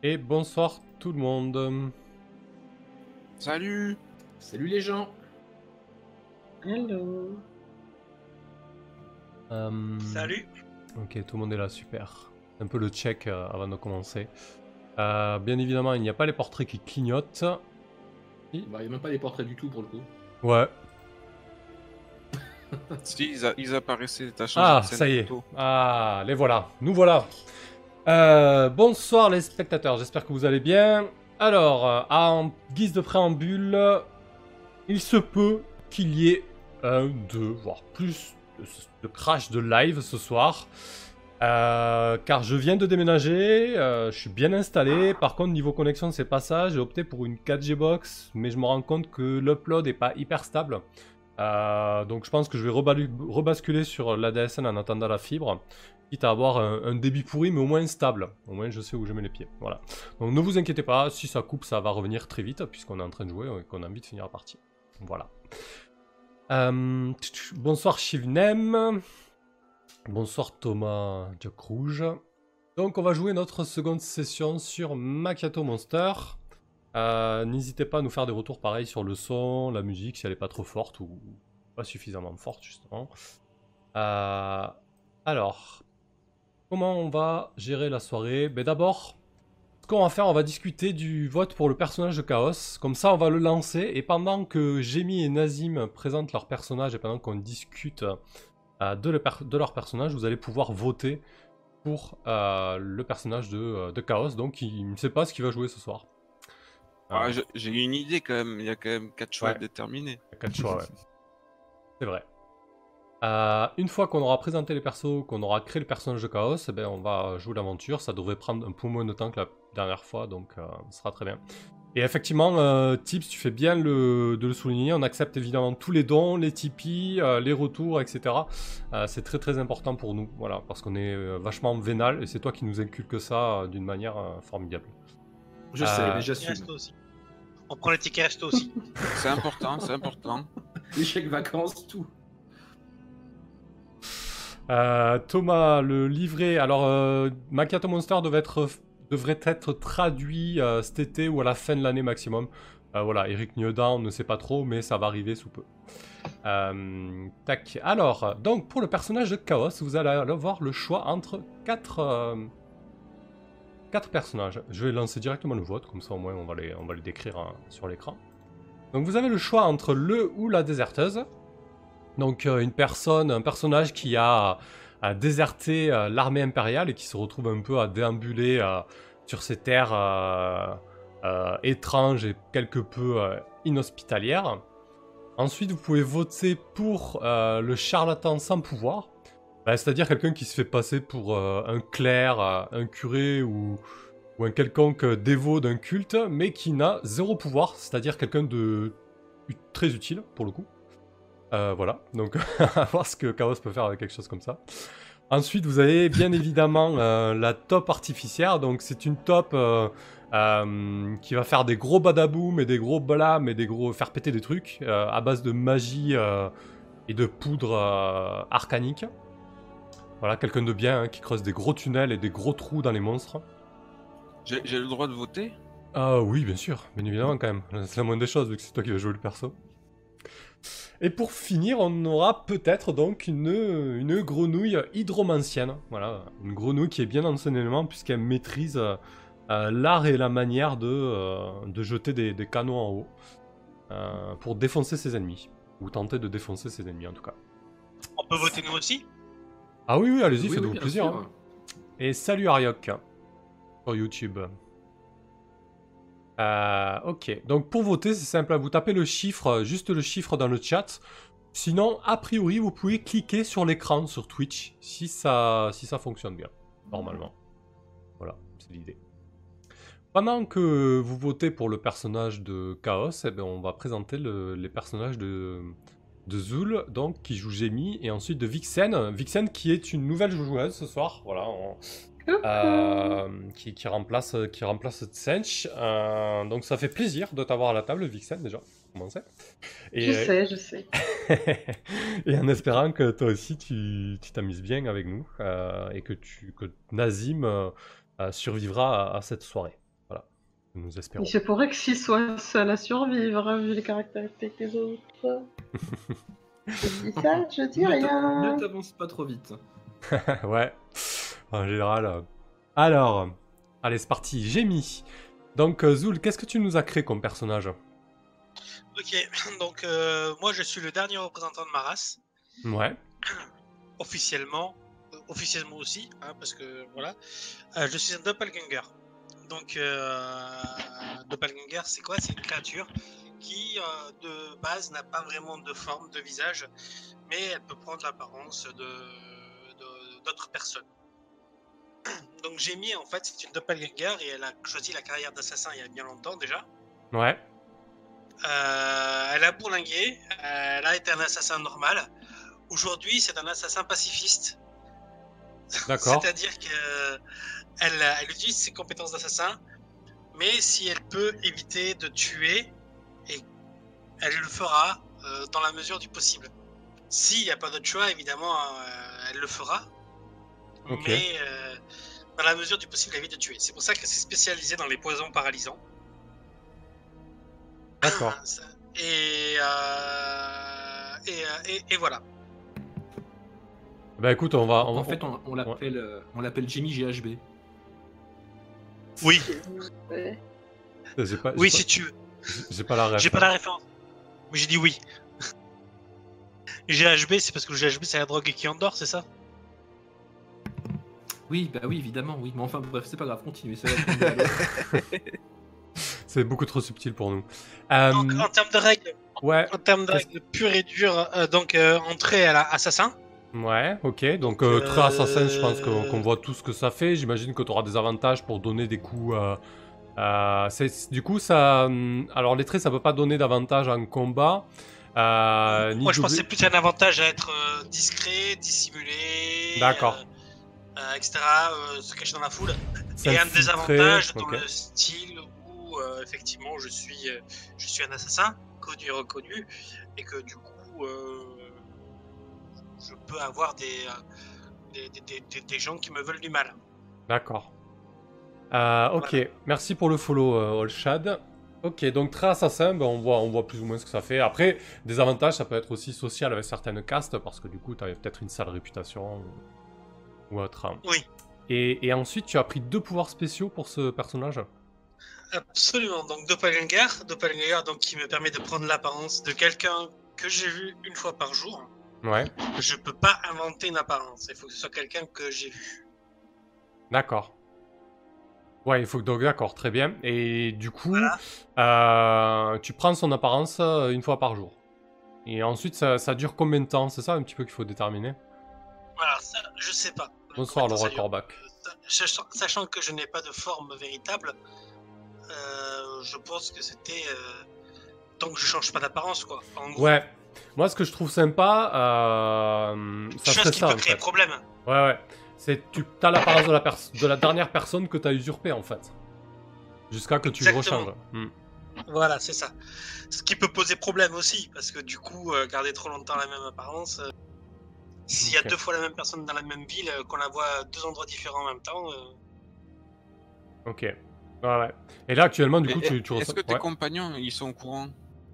Et bonsoir tout le monde. Salut. Salut les gens. Hello. Salut. Ok, tout le monde est là, super. Un peu le check avant de commencer. Bien évidemment, il n'y a pas les portraits qui clignotent. Il n'y a même pas des portraits du tout pour le coup. Ouais. Si, ils apparaissaient, t'as changé Ah, de scène ça y est. photo. Ah, les voilà. Nous voilà. Bonsoir les spectateurs, j'espère que vous allez bien. Alors, en guise de préambule, il se peut qu'il y ait un, deux, voire plus de crash de live ce soir. Car je viens de déménager, je suis bien installé. Par contre, niveau connexion, c'est pas ça. J'ai opté pour une 4G box, mais je me rends compte que l'upload est pas hyper stable. Donc je pense que je vais rebasculer sur l'ADSL en attendant la fibre, quitte à avoir un débit pourri, mais au moins stable. Au moins, je sais où je mets les pieds. Voilà. Donc ne vous inquiétez pas, si ça coupe, ça va revenir très vite, puisqu'on est en train de jouer et qu'on a envie de finir la partie. Voilà. Bonsoir Shivnem. Bonsoir Thomas Jack Rouge. Donc on va jouer notre seconde session sur Macchiato Monster. N'hésitez pas à nous faire des retours pareils sur le son, la musique, si elle est pas trop forte ou pas suffisamment forte justement. Alors, comment on va gérer la soirée? Ben d'abord, ce qu'on va faire, on va discuter du vote pour le personnage de Chaos. Comme ça, on va le lancer et pendant que Jamie et Nazim présentent leur personnage et pendant qu'on discute de leur personnage, vous allez pouvoir voter pour le personnage de Chaos. Donc il ne sait pas ce qu'il va jouer ce soir. Ah, j'ai une idée quand même, il y a quand même 4 choix Ouais. déterminés. Il y a 4 choix, ouais. C'est vrai. Une fois qu'on aura présenté les persos, qu'on aura créé le personnage de Chaos, eh ben, on va jouer l'aventure. Ça devrait prendre un peu moins de temps que la dernière fois, donc ça sera très bien. Et effectivement, Tips, tu fais bien de le souligner. On accepte évidemment tous les dons, les Tipeee, les retours, etc. C'est très très important pour nous, voilà, parce qu'on est vachement vénal et c'est toi qui nous inculque ça d'une manière formidable. Je sais, mais Les j'assume. restos aussi. On prend les tickets resto aussi. C'est important, c'est important. Les chèques vacances, tout. Thomas, le livret. Alors, Macchiato Monster devrait être traduit cet été ou à la fin de l'année maximum. Voilà, Eric Nieudin, on ne sait pas trop, mais ça va arriver sous peu. Tac. Alors, donc pour le personnage de Chaos, vous allez avoir le choix entre 4 personnages. Je vais lancer directement le vote, comme ça au moins on va les décrire sur l'écran. Donc vous avez le choix entre le ou la déserteuse. Donc un personnage qui a déserté l'armée impériale et qui se retrouve un peu à déambuler sur ces terres étranges et quelque peu inhospitalières. Ensuite, vous pouvez voter pour le charlatan sans pouvoir. C'est-à-dire quelqu'un qui se fait passer pour un clerc, un curé ou un quelconque dévot d'un culte, mais qui n'a zéro pouvoir, c'est-à-dire quelqu'un de très utile pour le coup. Voilà, donc à voir ce que Chaos peut faire avec quelque chose comme ça. Ensuite, vous avez bien évidemment la taupe artificière, donc c'est une taupe qui va faire des gros badaboum et des gros blâmes et des gros faire péter des trucs à base de magie et de poudre arcanique. Voilà, quelqu'un de bien qui creuse des gros tunnels et des gros trous dans les monstres. J'ai le droit de voter? Oui, bien sûr, bien évidemment quand même. C'est la moindre des choses vu que c'est toi qui vas jouer le perso. Et pour finir, on aura peut-être donc une grenouille hydromancienne. Voilà, une grenouille qui est bien dans son élément puisqu'elle maîtrise l'art et la manière de jeter des canons en haut pour défoncer ses ennemis. Ou tenter de défoncer ses ennemis en tout cas. On peut voter nous aussi. Ah oui, allez-y, Oui, faites-vous bien plaisir. sûr. Hein. Et salut Ariok sur YouTube. Ok, donc pour voter, c'est simple, vous tapez le chiffre, juste le chiffre dans le chat. Sinon, a priori, vous pouvez cliquer sur l'écran sur Twitch si ça fonctionne bien, normalement. Voilà, c'est l'idée. Pendant que vous votez pour le personnage de Chaos, eh bien, on va présenter les personnages de Zul, donc qui joue Jamie, et ensuite de Vixen. Vixen qui est une nouvelle joueuse ce soir, voilà, qui remplace Tsench. Donc ça fait plaisir de t'avoir à la table, Vixen, déjà. Comment c'est Je sais. Et en espérant que toi aussi tu t'amuses bien avec nous et que Nazim survivra à cette soirée. Nous espérons. Il se pourrait que s'il soit seul à survivre, hein, vu les caractéristiques des autres. Je dis ça, je dis rien. Ne t'avance pas trop vite. Ouais, en général. Alors, allez, c'est parti. J'ai mis. Donc, Zul, qu'est-ce que tu nous as créé comme personnage? Ok, donc moi je suis le dernier représentant de ma race, Ouais, officiellement aussi, hein, parce que voilà, je suis un doppelganger. Donc doppelganger c'est quoi? C'est une créature qui de base n'a pas vraiment de forme, de visage, mais elle peut prendre l'apparence d'autres personnes. Donc Jamie en fait c'est une doppelganger et elle a choisi la carrière d'assassin il y a bien longtemps déjà. ouais, Elle a bourlingué, elle a été un assassin normal. Aujourd'hui, c'est un assassin pacifiste. d'accord. C'est-à-dire qu'elle utilise ses compétences d'assassin, mais si elle peut éviter de tuer, et elle le fera dans la mesure du possible. S'il n'y a pas d'autre choix, évidemment, elle le fera. Ok. Mais dans la mesure du possible, elle évite de tuer. C'est pour ça qu'elle s'est spécialisée dans les poisons paralysants. D'accord. Et voilà. Bah écoute, on va. En fait, on l'appelle Jimmy GHB. Oui, Ouais. oui, si tu veux. J'ai pas la ref. J'ai pas la référence. Mais j'ai dit oui. GHB, c'est parce que le GHB, c'est la drogue qui endort, c'est ça? Oui, bah oui, évidemment, oui. Mais enfin, bref, c'est pas grave, continuez. C'est beaucoup trop subtil pour nous. Donc, en termes de règles, Ouais, pures et dures, entrée à l'assassin. ouais, ok. Donc, très assassin, je pense qu'on voit tout ce que ça fait. J'imagine que tu auras des avantages pour donner des coups. Du coup, ça. Alors, les traits, ça peut pas donner d'avantage en combat. Moi, je pensais plus à un avantage à être discret, dissimulé. D'accord. Etc. Se cacher dans la foule. Et un désavantage dans le style où, effectivement, je suis un assassin, connu et reconnu, et que du coup, je peux avoir des gens qui me veulent du mal. D'accord. Ok, voilà. Merci pour le follow, Olshad. Ok, donc très assassin, ben on voit plus ou moins ce que ça fait. Après, des avantages, ça peut être aussi social avec certaines castes, parce que du coup, tu avais peut-être une sale réputation ou autre. Oui. Et ensuite, tu as pris 2 pouvoirs spéciaux pour ce personnage? Absolument, donc Doppelganger, donc, qui me permet de prendre l'apparence de quelqu'un que j'ai vu une fois par jour. Ouais. Je peux pas inventer une apparence, il faut que ce soit quelqu'un que j'ai vu. D'accord. Ouais, il faut que... Donc, d'accord, très bien. Et du coup, voilà. Tu prends son apparence une fois par jour. Et ensuite, ça dure combien de temps? C'est ça un petit peu qu'il faut déterminer? Voilà, ça, je sais pas. Bonsoir, Laura Corbac. Sachant que je n'ai pas de forme véritable, je pense que c'était... tant que je change pas d'apparence, quoi. En gros. Ouais. Moi, ce que je trouve sympa, ça serait ça, qui peut créer problème. Ouais. C'est tu as l'apparence de la dernière personne que tu as usurpée, en fait. Jusqu'à que tu le rechanges. Voilà, c'est ça. Ce qui peut poser problème aussi, parce que du coup, garder trop longtemps la même apparence... S'il y a 2 fois la même personne dans la même ville, qu'on la voit à 2 endroits différents en même temps... Ok. Ouais. Et là, actuellement, du coup, tu ressens... Est-ce que tes compagnons, ils sont au courant?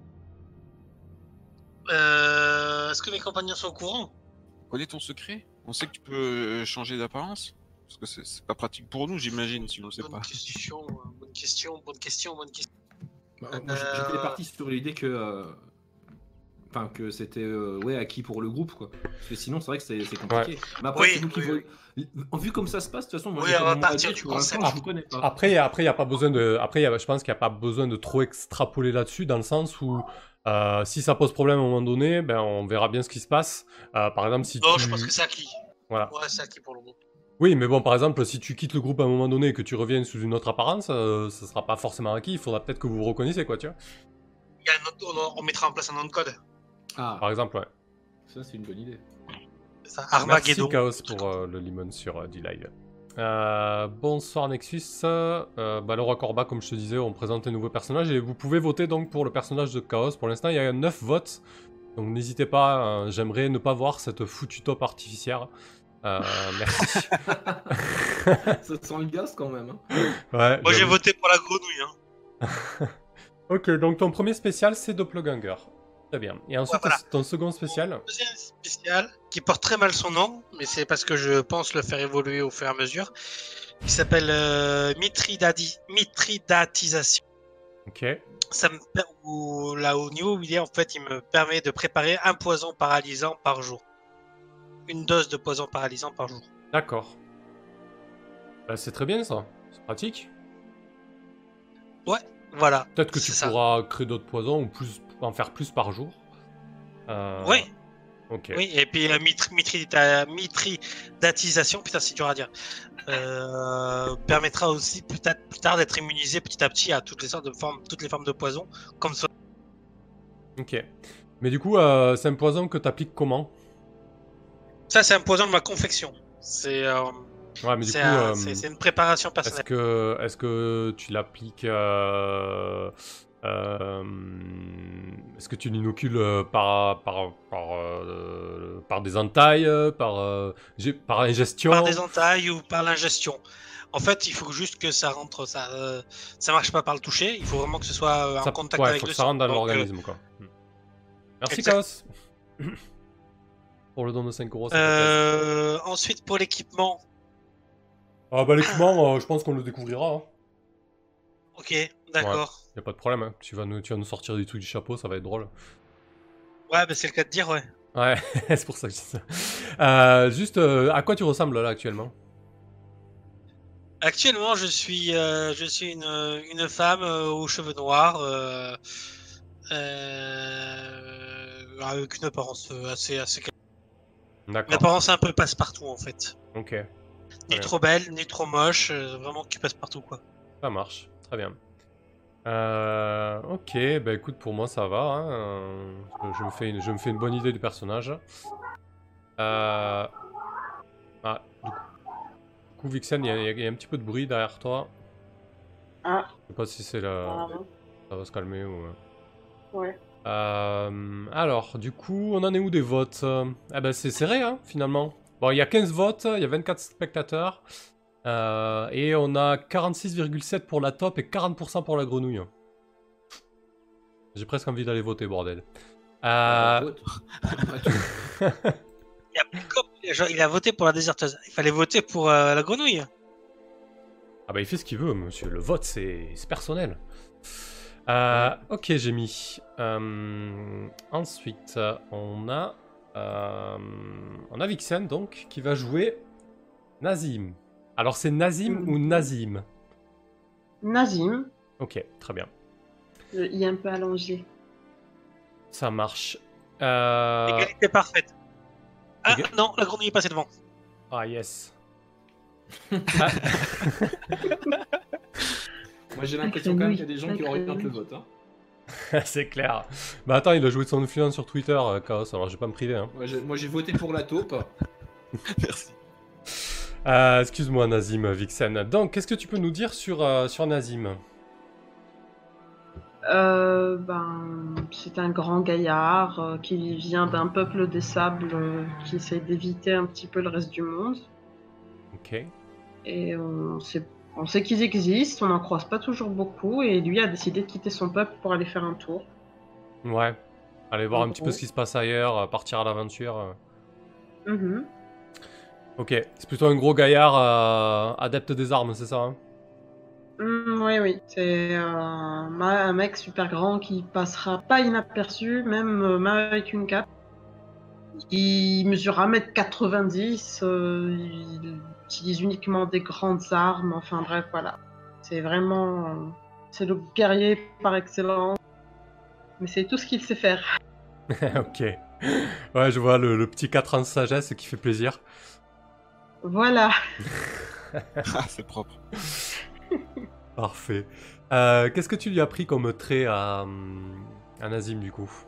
Est-ce que mes compagnons sont au courant? Connais ton secret? On sait que tu peux changer d'apparence? Parce que c'est pas pratique pour nous, j'imagine, si on ne sait pas. Bonne question. Moi, j'étais parti sur l'idée que... Enfin, que c'était acquis pour le groupe, quoi. Parce que sinon, c'est vrai que c'est compliqué. Ouais. Mais après, c'est nous qui voulons... Vu comme ça se passe, de toute façon, moi, on va partir du concept. Je vous connais pas. Après, il y a pas besoin de... Après, je pense qu'il n'y a pas besoin de trop extrapoler là-dessus, dans le sens où si ça pose problème à un moment donné, ben, on verra bien ce qui se passe. Par exemple, si non, je pense que c'est acquis. Voilà. Ouais, c'est acquis pour le groupe. Oui, mais bon, par exemple, si tu quittes le groupe à un moment donné et que tu reviens sous une autre apparence, ça sera pas forcément acquis. Il faudra peut-être que vous vous reconnaissiez, quoi, tu vois. On mettra en place un nom de code. Ah. Par exemple, ouais. Ça, c'est une bonne idée. Ça, Armageddon. Merci Chaos pour le limon sur D-Live. Bonsoir Nexus. Le roi Corba, comme je te disais, on présente un nouveau personnage et vous pouvez voter donc pour le personnage de Chaos. Pour l'instant, il y a 9 votes. Donc n'hésitez pas, j'aimerais ne pas voir cette foutue taupe artificielle. Merci. Ça sent le gaz quand même. Hein. Ouais, moi j'ai voté pour la grenouille. Hein. Ok, donc ton premier spécial, c'est Doppelganger. Très bien. Et ensuite, voilà. ton second spécial. Deuxième spécial, qui porte très mal son nom, mais c'est parce que je pense le faire évoluer au fur et à mesure, qui s'appelle Mithridatisation. Ok. Ça me là au niveau où il est, en fait, il me permet de préparer un poison paralysant par jour. Une dose de poison paralysant par jour. D'accord. Bah, c'est très bien ça. C'est pratique. Voilà. Peut-être que tu c'est ça. pourras créer d'autres poisons ou en faire plus par jour. Oui, Ok. oui, et puis mithridatisation, putain, c'est dur à dire. Permettra aussi peut-être plus tard d'être immunisé petit à petit à toutes les sortes de formes, toutes les formes de poison, comme ça. Ok. Mais du coup, c'est un poison que tu appliques comment? Ça, c'est un poison de ma confection. C'est Ouais, mais du coup, c'est une préparation personnelle. est-ce que tu l'appliques est-ce que tu l'inocules par des entailles, par ingestion? Par des entailles ou par l'ingestion. En fait, il faut juste que ça rentre, ça marche pas par le toucher. Il faut vraiment que ce soit en contact Ouais, avec faut le que ça sang. rentre dans Donc, l'organisme, quoi. Merci, exact. Chaos. Pour le don de 5 euros, ça fait plaisir. Ensuite, pour l'équipement, Ah bah l'équipement, je pense qu'on le découvrira. Hein. ok, d'accord. Y a pas de problème, hein. Tu vas nous sortir des trucs du chapeau, ça va être drôle. Ouais, bah c'est le cas de dire, ouais. Ouais, c'est pour ça que je dis ça. Juste, à quoi tu ressembles là actuellement? Actuellement, je suis une femme aux cheveux noirs, avec une apparence une D'accord, apparence un peu passe-partout en fait. ok. Très Ni bien. trop belle, ni trop moche, vraiment qui passe partout quoi. Ça marche, très bien. Ok, bah écoute, pour moi ça va. Hein. Je me fais une bonne idée du personnage. Ah, du coup, Vixen, il y a un petit peu de bruit derrière toi. Ah, Je sais pas si c'est la... pardon. Ça va se calmer ou... Ouais. Alors, du coup, on en est où des votes? Eh ben, c'est serré, hein, finalement. Bon, il y a 15 votes, il y a 24 spectateurs. Et on a 46,7 pour la top et 40% pour la grenouille. J'ai presque envie d'aller voter, bordel. Vote. Il a voté pour la déserteuse. Il fallait voter pour la grenouille. Ah bah il fait ce qu'il veut, monsieur. Le vote, c'est personnel. Ok, j'ai mis. Ensuite, on a Vixen, donc, qui va jouer Nazim. Alors, c'est Nazim ou Nazim? Nazim, Ok, très bien. il est un peu allongé. Ça marche. Égalité parfaite. Ah non, la grenouille est passée devant. Ah, yes. Moi j'ai l'impression quand même qu'il y a des gens qui orientent le vote. Hein. C'est clair. Bah attends, il a joué de son influence sur Twitter, Chaos, alors je vais pas me priver. Hein. Moi j'ai voté pour la taupe. Merci. Excuse-moi, Nazim, Vixen. Donc, qu'est-ce que tu peux nous dire sur Nazim? C'est un grand gaillard qui vient d'un peuple des sables qui essaie d'éviter un petit peu le reste du monde. Ok. Et on sait qu'ils existent, on n'en croise pas toujours beaucoup, et lui a décidé de quitter son peuple pour aller faire un tour. Ouais. Aller voir En un petit peu gros. ce qui se passe ailleurs, partir à l'aventure. Mhm. Ok. C'est plutôt un gros gaillard adepte des armes, c'est ça hein? Oui. C'est un mec super grand qui passera pas inaperçu, même avec une cape. Il mesure 1m90, il utilise uniquement des grandes armes, enfin bref, voilà. C'est vraiment... c'est le guerrier par excellence. Mais c'est tout ce qu'il sait faire. Ok. Ouais, je vois le petit 4 ans de sagesse qui fait plaisir. Voilà. Ah, c'est propre. Parfait. Qu'est-ce que tu lui as pris comme trait à Nazim, du coup?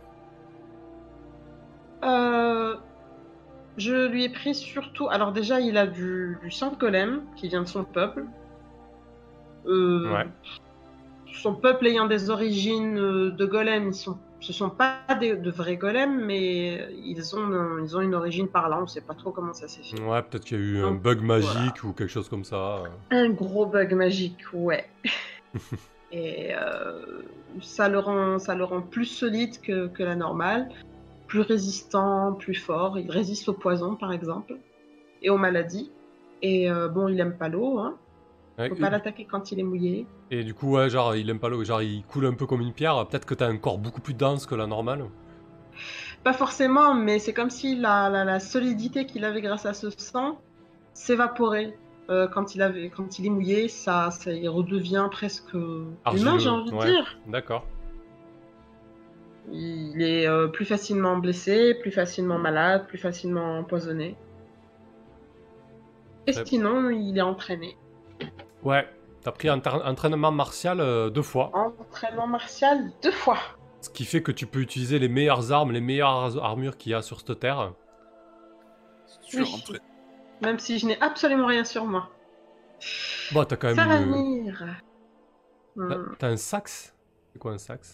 Je lui ai pris surtout... Alors déjà, il a du sang de golem, qui vient de son peuple. Ouais. Son peuple ayant des origines de golem, ce sont pas de vrais golems, mais ils ont une origine par là, on sait pas trop comment ça s'est fait. Ouais, peut-être qu'il y a eu un Donc, bug magique ou quelque chose comme ça. Un gros bug magique, ouais. Et ça le rend plus solide que la normale, plus résistant, plus fort. Il résiste au poison, par exemple, et aux maladies. Et bon, il aime pas l'eau, hein. Ouais, Faut pas l'attaquer quand il est mouillé. et du coup, ouais, genre, il aime pas l'eau, genre, il coule un peu comme une pierre. Peut-être que t'as un corps beaucoup plus dense que la normale. Pas forcément, mais c'est comme si la solidité qu'il avait grâce à ce sang s'évaporait. Quand il est mouillé, il redevient presque humain, Argileux, j'ai envie de ouais. dire. D'accord. Il est plus facilement blessé, plus facilement malade, plus facilement empoisonné. Et Ouais. sinon, il est entraîné. Ouais, t'as pris un entraînement martial 2 fois. Entraînement martial 2 fois. Ce qui fait que tu peux utiliser les meilleures armes, les meilleures armures qu'il y a sur cette terre. Sûr, Oui. entrée. Même si je n'ai absolument rien sur moi. Bon, t'as quand même Ça va une... venir. T'as un sax? C'est quoi un sax?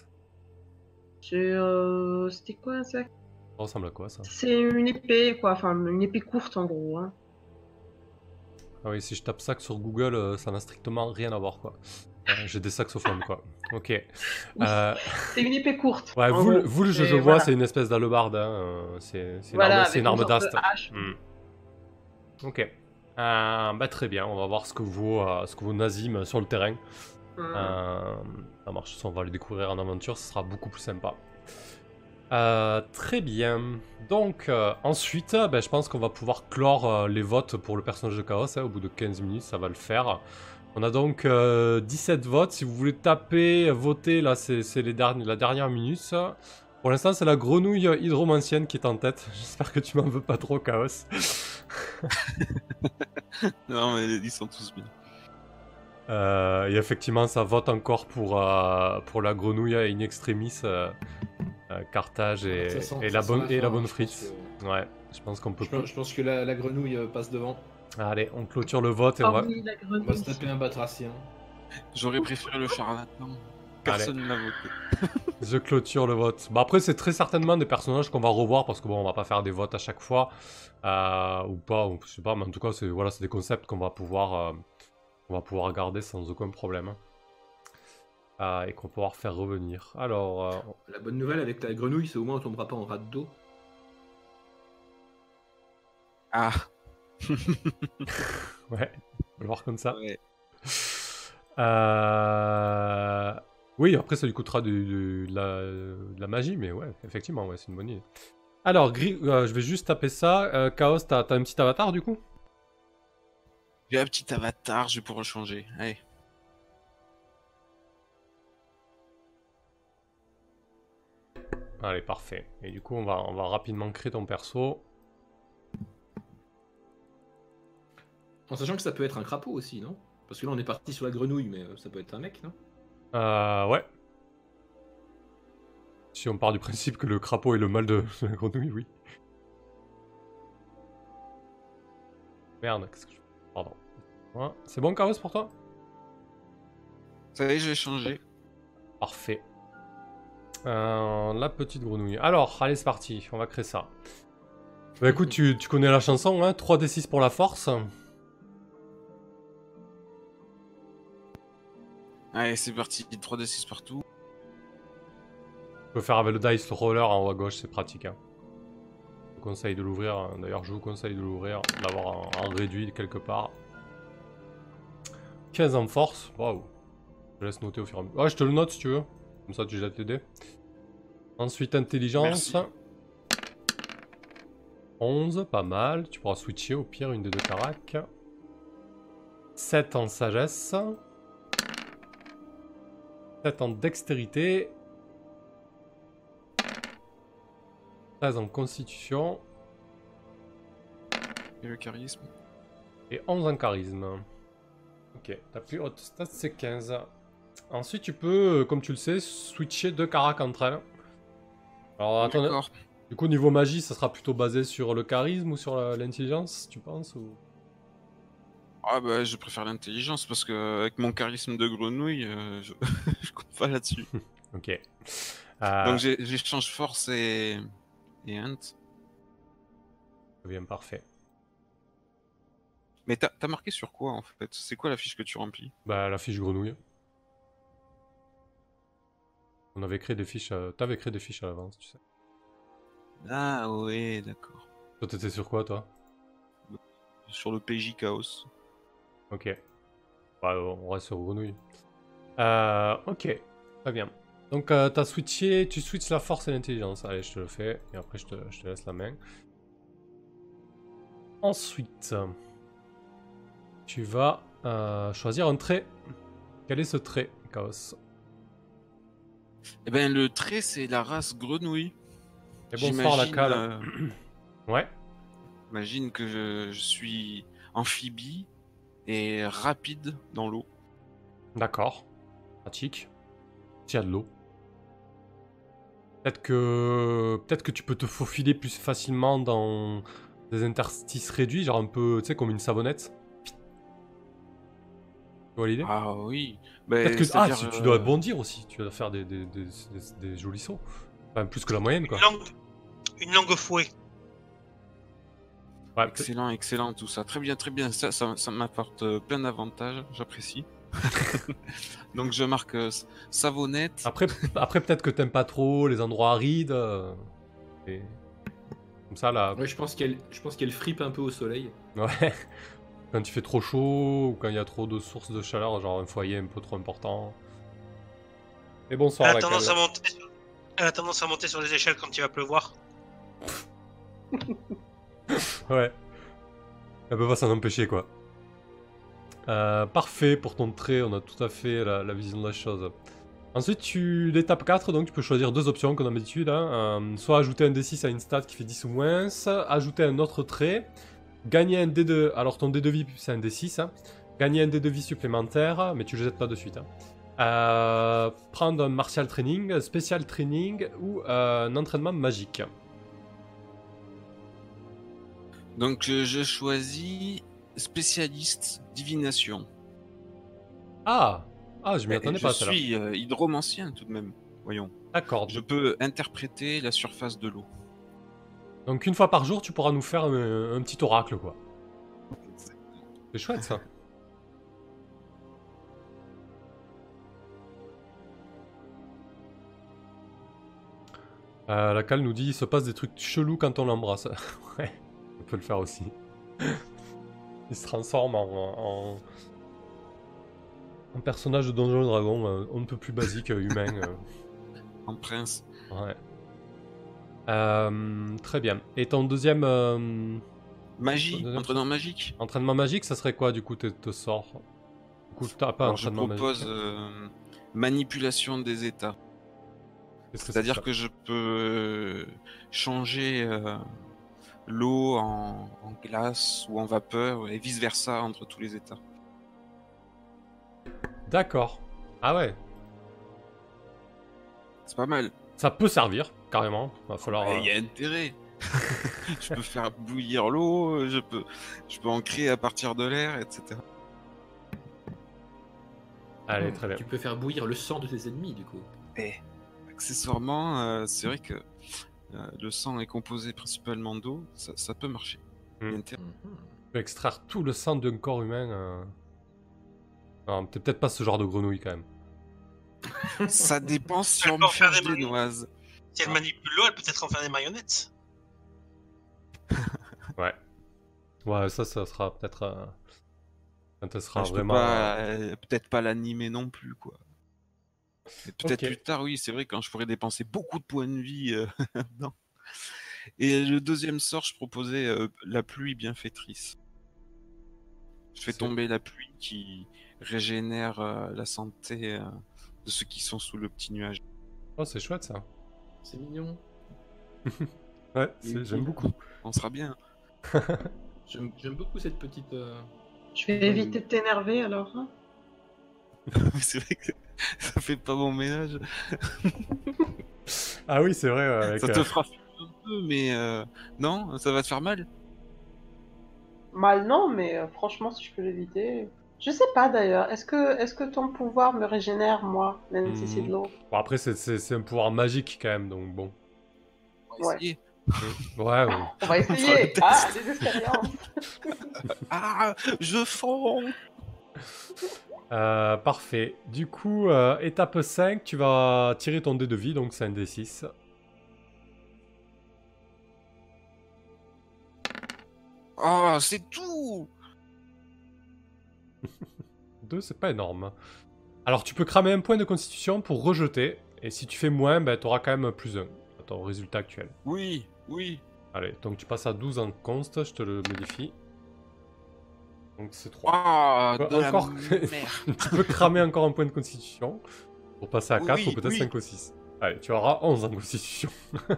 C'était quoi ça? Ça ressemble à quoi ça? C'est une épée, quoi. Enfin, une épée courte en gros. Hein. Ah oui, si je tape sax sur Google, ça n'a strictement rien à voir quoi. J'ai des saxophones quoi. Ok. C'est une épée courte. Ouais, en vous, gros. vous, je vois, voilà. c'est une espèce d'hallebarde. Hein. C'est Voilà, c'est une avec arme sorte de d'ast. hache. Ok. Bah très bien, on va voir ce que vaut Nazim sur le terrain. Ça marche, on va le découvrir en aventure, ce sera beaucoup plus sympa. Très bien. Donc ensuite, je pense qu'on va pouvoir clore les votes pour le personnage de Chaos. Hein. Au bout de 15 minutes, ça va le faire. On a donc 17 votes. Si vous voulez taper, voter, là c'est la dernière minute. Pour l'instant, c'est la grenouille hydromancienne qui est en tête. J'espère que tu m'en veux pas trop, Chaos. Non, mais ils sont tous bien. Et effectivement, ça vote encore pour la grenouille in extremis, Carthage et la bonne frite. Ouais, je pense qu'on peut. Je pense que la grenouille passe devant. Allez, on clôture le vote et Oh on va. oui, la On va grenouille. se taper un batracien. J'aurais préféré le charlatan. Personne ne l'a voté. Je clôture le vote. Bah après, c'est très certainement des personnages qu'on va revoir parce que bon, on va pas faire des votes à chaque fois ou pas, ou je sais pas, mais en tout cas, c'est des concepts qu'on va pouvoir garder sans aucun problème et qu'on va pouvoir faire revenir. Alors, La bonne nouvelle avec la grenouille, c'est au moins on tombera pas en rate d'eau. Ah, ouais, on va le voir comme ça. ouais. Oui, après ça lui coûtera de la magie, mais ouais, effectivement, ouais, c'est une bonne idée. Alors, je vais juste taper ça. Chaos, t'as un petit avatar du coup? J'ai un petit avatar, je vais pouvoir le changer. Allez. Allez, parfait. Et du coup, on va rapidement créer ton perso. En sachant que ça peut être un crapaud aussi, non? Parce que là on est parti sur la grenouille, mais ça peut être un mec, non? Ouais. Si on part du principe que le crapaud est le mal de la grenouille, oui. Merde, qu'est-ce que je... Pardon. Ouais. C'est bon, Chaos, pour toi? Ça y est, j'ai changé. Parfait. La petite grenouille. Alors, allez, c'est parti. On va créer ça. Bah écoute, tu connais la chanson, hein? 3d6 pour la force. Allez, c'est parti. 3d6 partout. Tu peux faire avec le dice roller en haut à gauche, c'est pratique. Hein. Je vous conseille de l'ouvrir. Hein. D'ailleurs, je vous conseille de l'ouvrir, d'avoir un réduit quelque part. 15 en force. Waouh. Je laisse noter au fur et à mesure. Ouais, je te le note si tu veux. Comme ça, tu jettes les dés. Ensuite, intelligence. Merci. 11, pas mal. Tu pourras switcher au pire une des deux caracs. 7 en sagesse. 7 en dextérité. 13 en constitution. Et le charisme. Et 11 en charisme. Ok, ta plus haute stat c'est 15. Ensuite tu peux, comme tu le sais, switcher 2 caracs entre elles. Alors attends, D'accord. du coup niveau magie ça sera plutôt basé sur le charisme ou sur l'intelligence, tu penses ou... Ah bah je préfère l'intelligence parce que avec mon charisme de grenouille, je compte pas là-dessus. Ok. Donc j'échange force et int. Bien parfait. Mais t'as marqué sur quoi en fait? C'est quoi la fiche que tu remplis? Bah la fiche grenouille. On avait créé des fiches, t'avais créé des fiches à l'avance, tu sais. Ah ouais, d'accord. Toi, t'étais sur quoi, toi? Sur le PJ Chaos. Ok. Bah, on reste sur Grenouille. Ok, très bien. Donc, t'as switché, tu switches la force et l'intelligence. Allez, je te le fais, et après, je te laisse la main. Ensuite, tu vas choisir un trait. Quel est ce trait, Chaos? Eh ben, le trait, c'est la race grenouille. Et bonsoir, la J'imagine, cale. Ouais, Imagine que je suis amphibie et rapide dans l'eau. d'accord. Pratique. Tu as de l'eau. Peut-être que tu peux te faufiler plus facilement dans des interstices réduits, genre un peu, tu sais, comme une savonnette. Tu vois l'idée? Ah oui. Peut-être que C'est-à-dire, si tu dois bondir aussi, tu dois faire des jolis sauts. Enfin, plus que la moyenne, quoi. Une langue fouet. Ouais, excellent, excellent tout ça. Très bien, très bien. Ça m'apporte plein d'avantages, j'apprécie. Donc je marque savonnette. Après peut-être que t'aimes pas trop les endroits arides. Et... Comme ça, là. Ouais, je pense qu'elle fripe un peu au soleil. Ouais. Quand il fait trop chaud, ou quand il y a trop de sources de chaleur, genre un foyer un peu trop important. Et bonsoir, Elle a la tendance cale. à monter. Elle a tendance à monter sur les échelles quand il va pleuvoir. Ouais. Elle peut pas s'en empêcher, quoi. Parfait pour ton trait, on a tout à fait la vision de la chose. Ensuite, l'étape 4, donc tu peux choisir deux options comme d'habitude. Hein. Soit ajouter un D6 à une stat qui fait 10 ou moins, ajouter un autre trait, gagner un D2, alors ton D de vie c'est un D6, hein. Gagner un D de vie supplémentaire, mais tu le jettes pas de suite. Hein. Prendre un martial training, spécial training ou un entraînement magique. Donc je choisis spécialiste divination. Ah, je m'y attendais pas à Je celle-là. suis hydromancien tout de même. Voyons. D'accord. Je peux interpréter la surface de l'eau. Donc une fois par jour, tu pourras nous faire un petit oracle, quoi. C'est chouette, ça. La cale nous dit il se passe des trucs chelous quand on l'embrasse. Ouais, on peut le faire aussi. Il se transforme en personnage de Donjons et Dragons, on ne peut plus basique, humain. En prince. Ouais. Très bien. Et ton deuxième Magie, Deuxième entraînement magique. entraînement magique, ça serait quoi du coup te sorts? Du coup, t'as pas Alors, je entraînement propose magique. manipulation des états. Qu'est-ce que C'est-à-dire ça que je peux changer l'eau en glace ou en vapeur et vice-versa entre tous les états. D'accord. Ah ouais. C'est pas mal. Ça peut servir, carrément. Va falloir. Il y a intérêt. Je peux faire bouillir l'eau, je peux en créer à partir de l'air, etc. Allez, très bien. Tu peux faire bouillir le sang de tes ennemis, du coup. Et accessoirement, c'est vrai que le sang est composé principalement d'eau, ça peut marcher. Il y a intérêt. Mhm. Tu peux extraire tout le sang d'un corps humain. Non, t'es peut-être pas ce genre de grenouille quand même. Ça dépend si Elle on peut me en faire fait des des maillots. noises. Si elle manipule l'eau, elle peut peut-être en faire des marionnettes. Ouais. Ouais, ça sera peut-être. Quand elle sera Je peux vraiment. pas, peut-être pas l'animer non plus, quoi. Et peut-être Ok. plus tard, oui, c'est vrai, quand je pourrais dépenser beaucoup de points de vie dedans. Et le deuxième sort, je proposais la pluie bienfaitrice. Je fais C'est- tomber la pluie qui régénère la santé de ceux qui sont sous le petit nuage. Oh, c'est chouette ça. C'est mignon. Ouais, Oui. j'aime beaucoup. On sera bien. J'aime beaucoup cette petite. Je vais éviter de t'énerver alors. Hein. C'est vrai que ça fait pas bon ménage. Ah oui, c'est vrai. Avec, Ça te fera fuir un peu, mais non, ça va te faire mal. Mal non, mais franchement, si je peux l'éviter. Je sais pas d'ailleurs. Est-ce que ton pouvoir me régénère, moi, même si c'est de l'eau? Bon, après, c'est un pouvoir magique quand même, donc bon. On va Ouais. essayer. Ouais, ouais. On va fera essayer. le test. Ah, des expériences. Ah, je fonds. Parfait. Du coup, étape 5, tu vas tirer ton dé de vie, donc c'est un D6. Oh, c'est tout. 2, c'est pas énorme. Alors, tu peux cramer un point de constitution pour rejeter. Et si tu fais moins, ben, tu auras quand même plus 1 à ton résultat actuel. Oui, oui. Allez, donc tu passes à 12 en const, je te le modifie. Donc c'est 3. Ah, de la Encore, merde. tu peux cramer encore un point de constitution pour passer à 4 Oui, ou peut-être oui. 5 ou 6. Allez, tu auras 11 en constitution.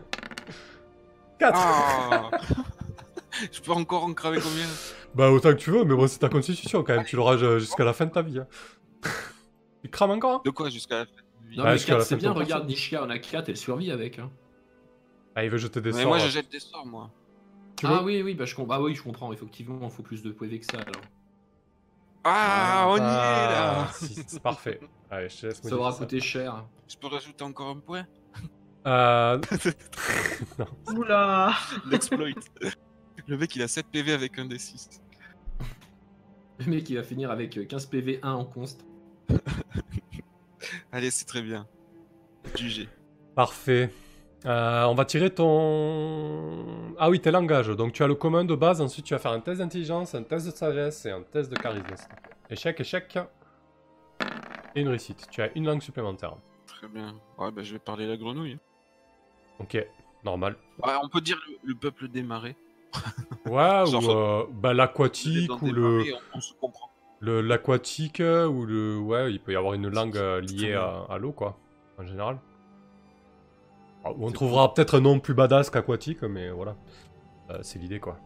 4. Ah. Je peux encore en cramer combien? Bah autant que tu veux, mais bon, c'est ta constitution quand même, tu l'auras jusqu'à la fin de ta vie. Hein. Tu crames encore hein? De quoi jusqu'à la fin de vie? Non, Ouais, mais jusqu'à la 4, fin c'est de bien, ton regarde, perso. Nishia en a 4, elle survit avec. Hein. Ah, il veut jeter des Mais sorts. moi, là. je jette des sorts, moi. Tu Ah veux- oui, bah, oui, je comprends, effectivement, il faut plus de PV que ça alors. Ah, on y est là. C'est parfait. Allez, je te laisse Ça aura modifier coûté cher. Je peux rajouter encore un point? ça. Oula. L'exploit. Le mec, il a 7 PV avec un D6. Le mec, il va finir avec 15 PV 1 en const. Allez, c'est très bien. GG. Parfait. On va tirer ton... Ah oui, tes langages. Donc tu as le commun de base, ensuite tu vas faire un test d'intelligence, un test de sagesse et un test de charisme. Échec, échec. Et une réussite. Tu as une langue supplémentaire. Très bien. Ouais, bah, je vais parler la grenouille. Ok, normal. Ouais, on peut dire le peuple des marais. Ouais, Genre, ou bah, l'aquatique, Dans ou des marais, on se comprend. l'aquatique, ou le... Ouais, il peut y avoir une langue liée bien. à l'eau, quoi, en général. Ah, on C'est trouvera peut-être un nom plus badass qu'aquatique, mais voilà. C'est l'idée, quoi.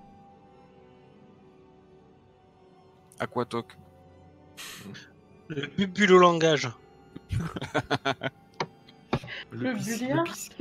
Aquatoc. Le bubulolangage. Le pis- bulien. pisque.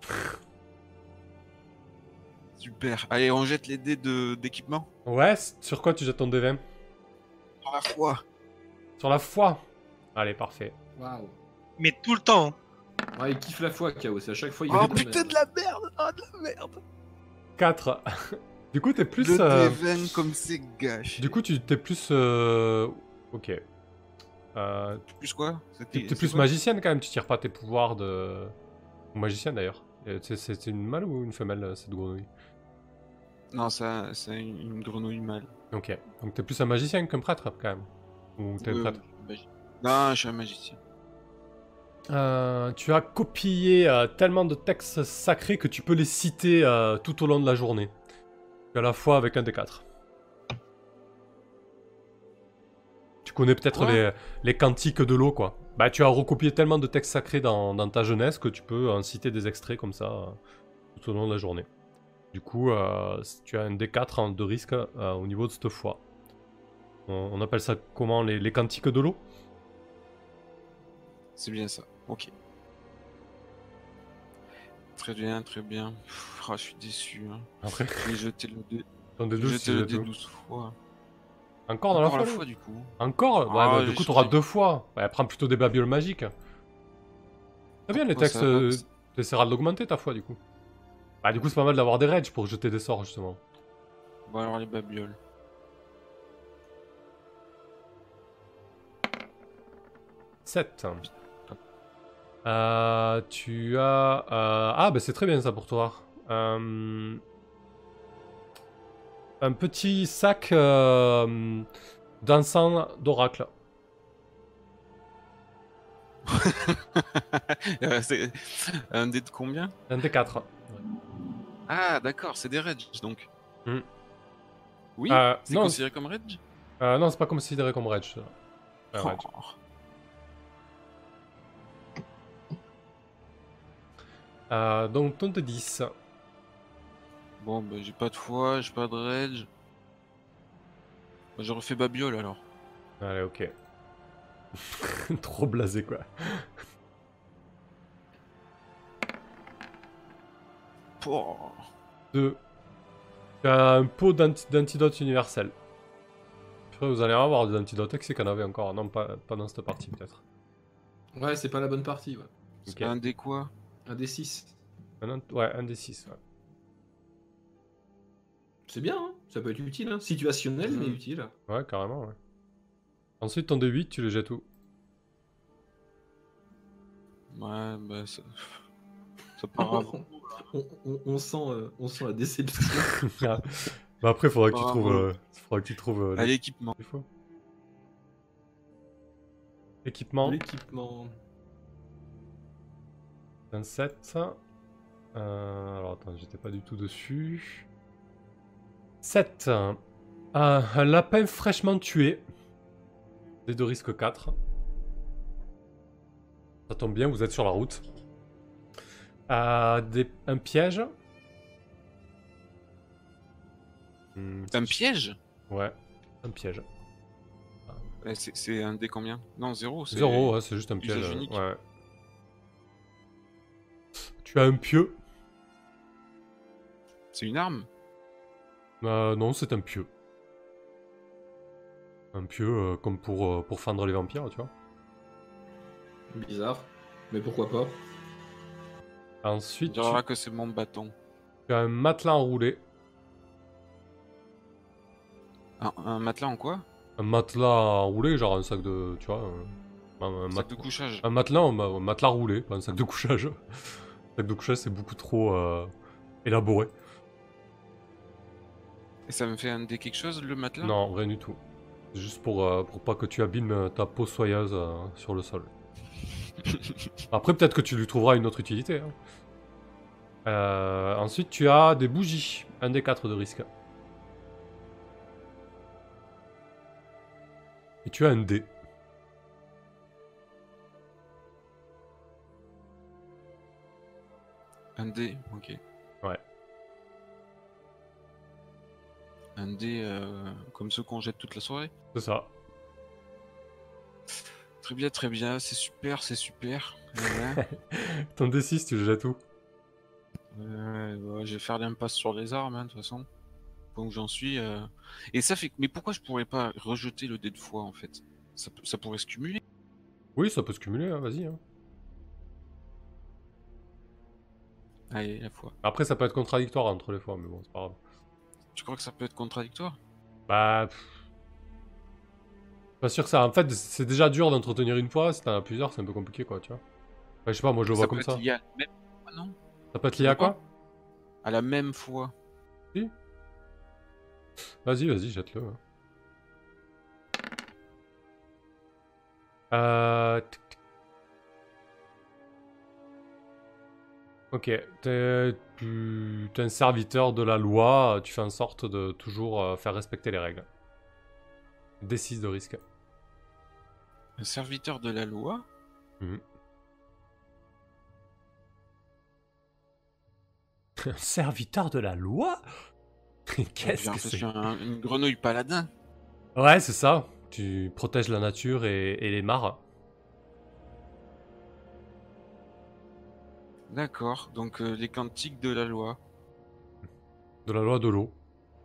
Super. Allez, on jette les dés d'équipement. Ouais, sur quoi tu jettes ton D20? Par la foi. Sur la foi. Allez, parfait. Waouh. Mais tout le temps. Hein. Ouais, il kiffe la foi, Chaos. À chaque fois, il Oh met putain de la merde. Oh de la merde. 4. Du coup, t'es plus... Le D20 comme c'est gâché. Du coup, t'es plus... Ok. Plus quoi? T'es plus magicienne quand même, tu tires pas tes pouvoirs de... Ou magicienne d'ailleurs. C'est une mâle ou une femelle, cette grenouille? Non, ça, c'est une grenouille mâle. Ok. Donc t'es plus un magicien qu'un prêtre quand même. Ou t'es un prêtre? Non, je suis un magicien. Tu as copié tellement de textes sacrés que tu peux les citer tout au long de la journée. À la fois avec un des 4. Tu connais peut-être les cantiques de l'eau, quoi. Bah, tu as recopié tellement de textes sacrés dans ta jeunesse que tu peux en citer des extraits comme ça tout au long de la journée. Du coup, tu as un D4 de risque au niveau de cette foi. On appelle ça comment, les cantiques de l'eau? C'est bien ça. Ok. Très bien, très bien. Pff, je suis déçu. Hein. Après, J'ai jeté le dé. ton J'ai D12, jeté tu le jettes dé où? 12 fois. Encore dans la Encore la foi, fois lui du coup. Encore? Ouais, Ah, bah, du j'ai coup, t'auras changé. 2 fois. Ouais, prends plutôt des babioles magiques. Très bien, les Pourquoi textes. ça- T'essaieras de l'augmenter ta foi, du coup. Bah, du coup, c'est pas mal d'avoir des rages pour jeter des sorts, justement. Bon alors les babioles. 7. Tu as... Ah, bah c'est très bien ça pour toi. Un petit sac d'encens d'oracle. C'est un dé de combien? Un des 4. Ah d'accord, c'est des rage donc. Hmm. Oui, c'est non, considéré comme rage? non, c'est pas considéré comme rage. Ça. Un rage. Oh. Donc, ton de 10. Bon bah j'ai pas de foi, j'ai pas de rage. Bah, je refais babiole alors. Allez, ok. Trop blasé, quoi. Oh. 2. Tu as un pot d'antidote universel. Après, vous allez en avoir des antidotes, c'est qu'il y en avait encore. Non, pas dans cette partie, peut-être. Ouais, c'est pas la bonne partie. Ouais. C'est Ok. pas un dé quoi? Un des 6. Ouais, un des 6. Ouais. C'est bien, hein, ça peut être utile. Hein. Situationnel, mais utile. Ouais, carrément, ouais. Ensuite, ton D8, tu le jettes où? Ouais, bah ça part avant. On sent la déception. Ah. Bah après, faudra que tu Bravo. trouves, À l'équipement. défauts. De Équipement, l'équipement. un 7. Alors attends, j'étais pas du tout dessus. 7. Un lapin fraîchement tué. Dés de risque 4. Ça tombe bien, vous êtes sur la route. Un piège. Un piège? Ouais, un piège. C'est un dé combien? Non, 0. 0, ouais, c'est juste un usage piège. unique. Ouais. Tu as un pieu. C'est une arme? Non, c'est un pieu. Un pieu comme pour fendre les vampires, tu vois. Bizarre. Mais pourquoi pas? Ensuite, On dira que c'est mon bâton. tu as un matelas enroulé. Un matelas en quoi? Un matelas enroulé, genre un sac de. Tu vois. Un Sac de couchage. Un matelas, un matelas roulé, pas un sac de couchage. Un sac de couchage, c'est beaucoup trop élaboré. Et ça me fait un dé quelque chose, le matelas? Non, rien du tout. C'est juste pour pas que tu abîmes ta peau soyeuse sur le sol. Après, peut-être que tu lui trouveras une autre utilité. Hein. Ensuite, tu as des bougies. Un des 4 de risque. Et tu as un dé. Un dé, ok. Ouais. Un dé comme ceux qu'on jette toute la soirée. C'est ça. Très bien, c'est super, c'est super. Voilà. Ton D6, tu le jettes où? Ouais, je vais faire l'impasse sur les armes, hein, de toute façon. Donc j'en suis. Et ça fait. Mais pourquoi je pourrais pas rejeter le dé de foi en fait? Ça pourrait se cumuler. Oui, ça peut se cumuler, hein, vas-y. Hein. Allez, la foi. Après, ça peut être contradictoire entre les fois, mais bon, c'est pas grave. Tu crois que ça peut être contradictoire? Bah. Pas sûr que ça. En fait, c'est déjà dur d'entretenir une fois. Si t'en as plusieurs, c'est un peu compliqué, quoi, tu vois. Ouais, je sais pas, moi je le vois Ça comme peut ça. être lié à la même fois, non? Ça peut être lié à quoi? À la même fois. Si. Vas-y, jette-le. Hein. Tic, tic. Ok, t'es un serviteur de la loi, tu fais en sorte de toujours faire respecter les règles. D6 de risque. Un serviteur de la loi? Mhm. Un serviteur de la loi? Qu'est-ce que c'est? Une grenouille paladin. Ouais, c'est ça. Tu protèges la nature et les mares. D'accord, donc les cantiques de la loi. De la loi de l'eau.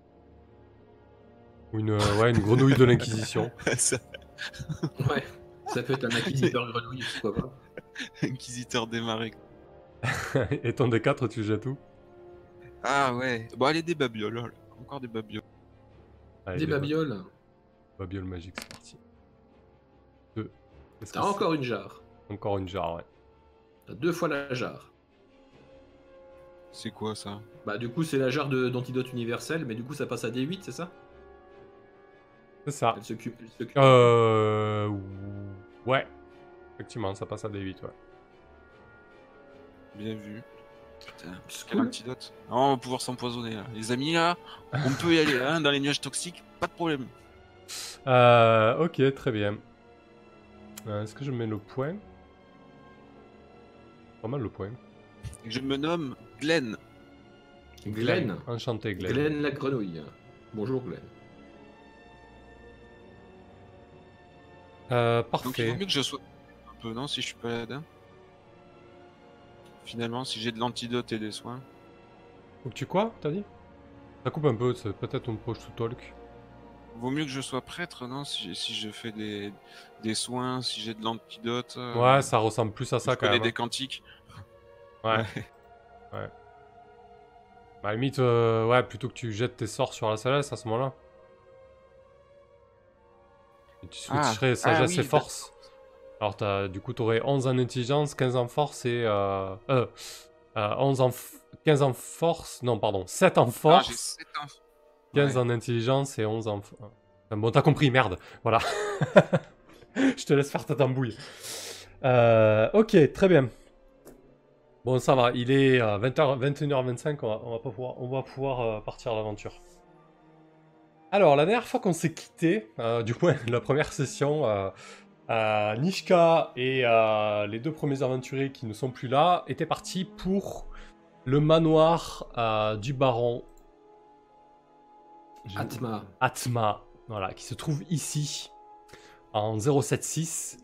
Ou une grenouille de l'Inquisition. Ça, Ouais. Ça peut être un inquisiteur grenouille, pourquoi pas. Inquisiteur des marais. Et ton D4, tu le jettes où? Ah ouais. Bon, allez, des babioles. Oh là. Encore des babioles. Allez, Des les babioles. babioles magiques, c'est parti. 2. T'as encore une jarre. Encore une jarre, ouais. T'as 2 fois la jarre. C'est quoi ça? Bah du coup c'est la jarre d'antidote universel, mais du coup ça passe à D8, c'est ça? C'est ça. Elle se cumule. Ouais. Effectivement, ça passe à D8, ouais. Bien vu. Putain, C'est quel cool. antidote. Ah, on va pouvoir s'empoisonner là. Les amis là, on peut y aller hein, dans les nuages toxiques, pas de problème. Ok, très bien. Est-ce que je mets le point? Pas mal le point. Je me nomme Glenn. Glenn. Enchanté, Glenn. Glenn la grenouille. Bonjour Glenn. Donc il Parfait. vaut mieux que je sois un peu, non, si je suis paladin. Finalement, si j'ai de l'antidote et des soins. Faut que tu quoi, t'as dit? Ça coupe un peu, c'est peut-être une poche to talk. Vaut mieux que je sois prêtre, non, si je fais des soins, si j'ai de l'antidote. Ouais, ça ressemble plus à ça je quand connais même. des cantiques. Ouais. Ouais. Bah, limite, ouais, plutôt que tu jettes tes sorts sur la céleste à ce moment-là. Tu switcherais sagesse oui, et force. Alors du coup, tu aurais 11 en intelligence, 15 en force et... 15 en force... Non, pardon, 7 en j'ai force, 7 ans. 15 Ouais. en intelligence et 11 en... Bon, t'as compris, merde. Voilà. Je te laisse faire ta tambouille. Ok, très bien. Bon, ça va, il est 20h, 21h25, on va pouvoir partir à l'aventure. Alors, la dernière fois qu'on s'est quitté, du coup, la première session, Nishka et les 2 premiers aventuriers qui ne sont plus là étaient partis pour le manoir du baron Atma. voilà, qui se trouve ici, en 076.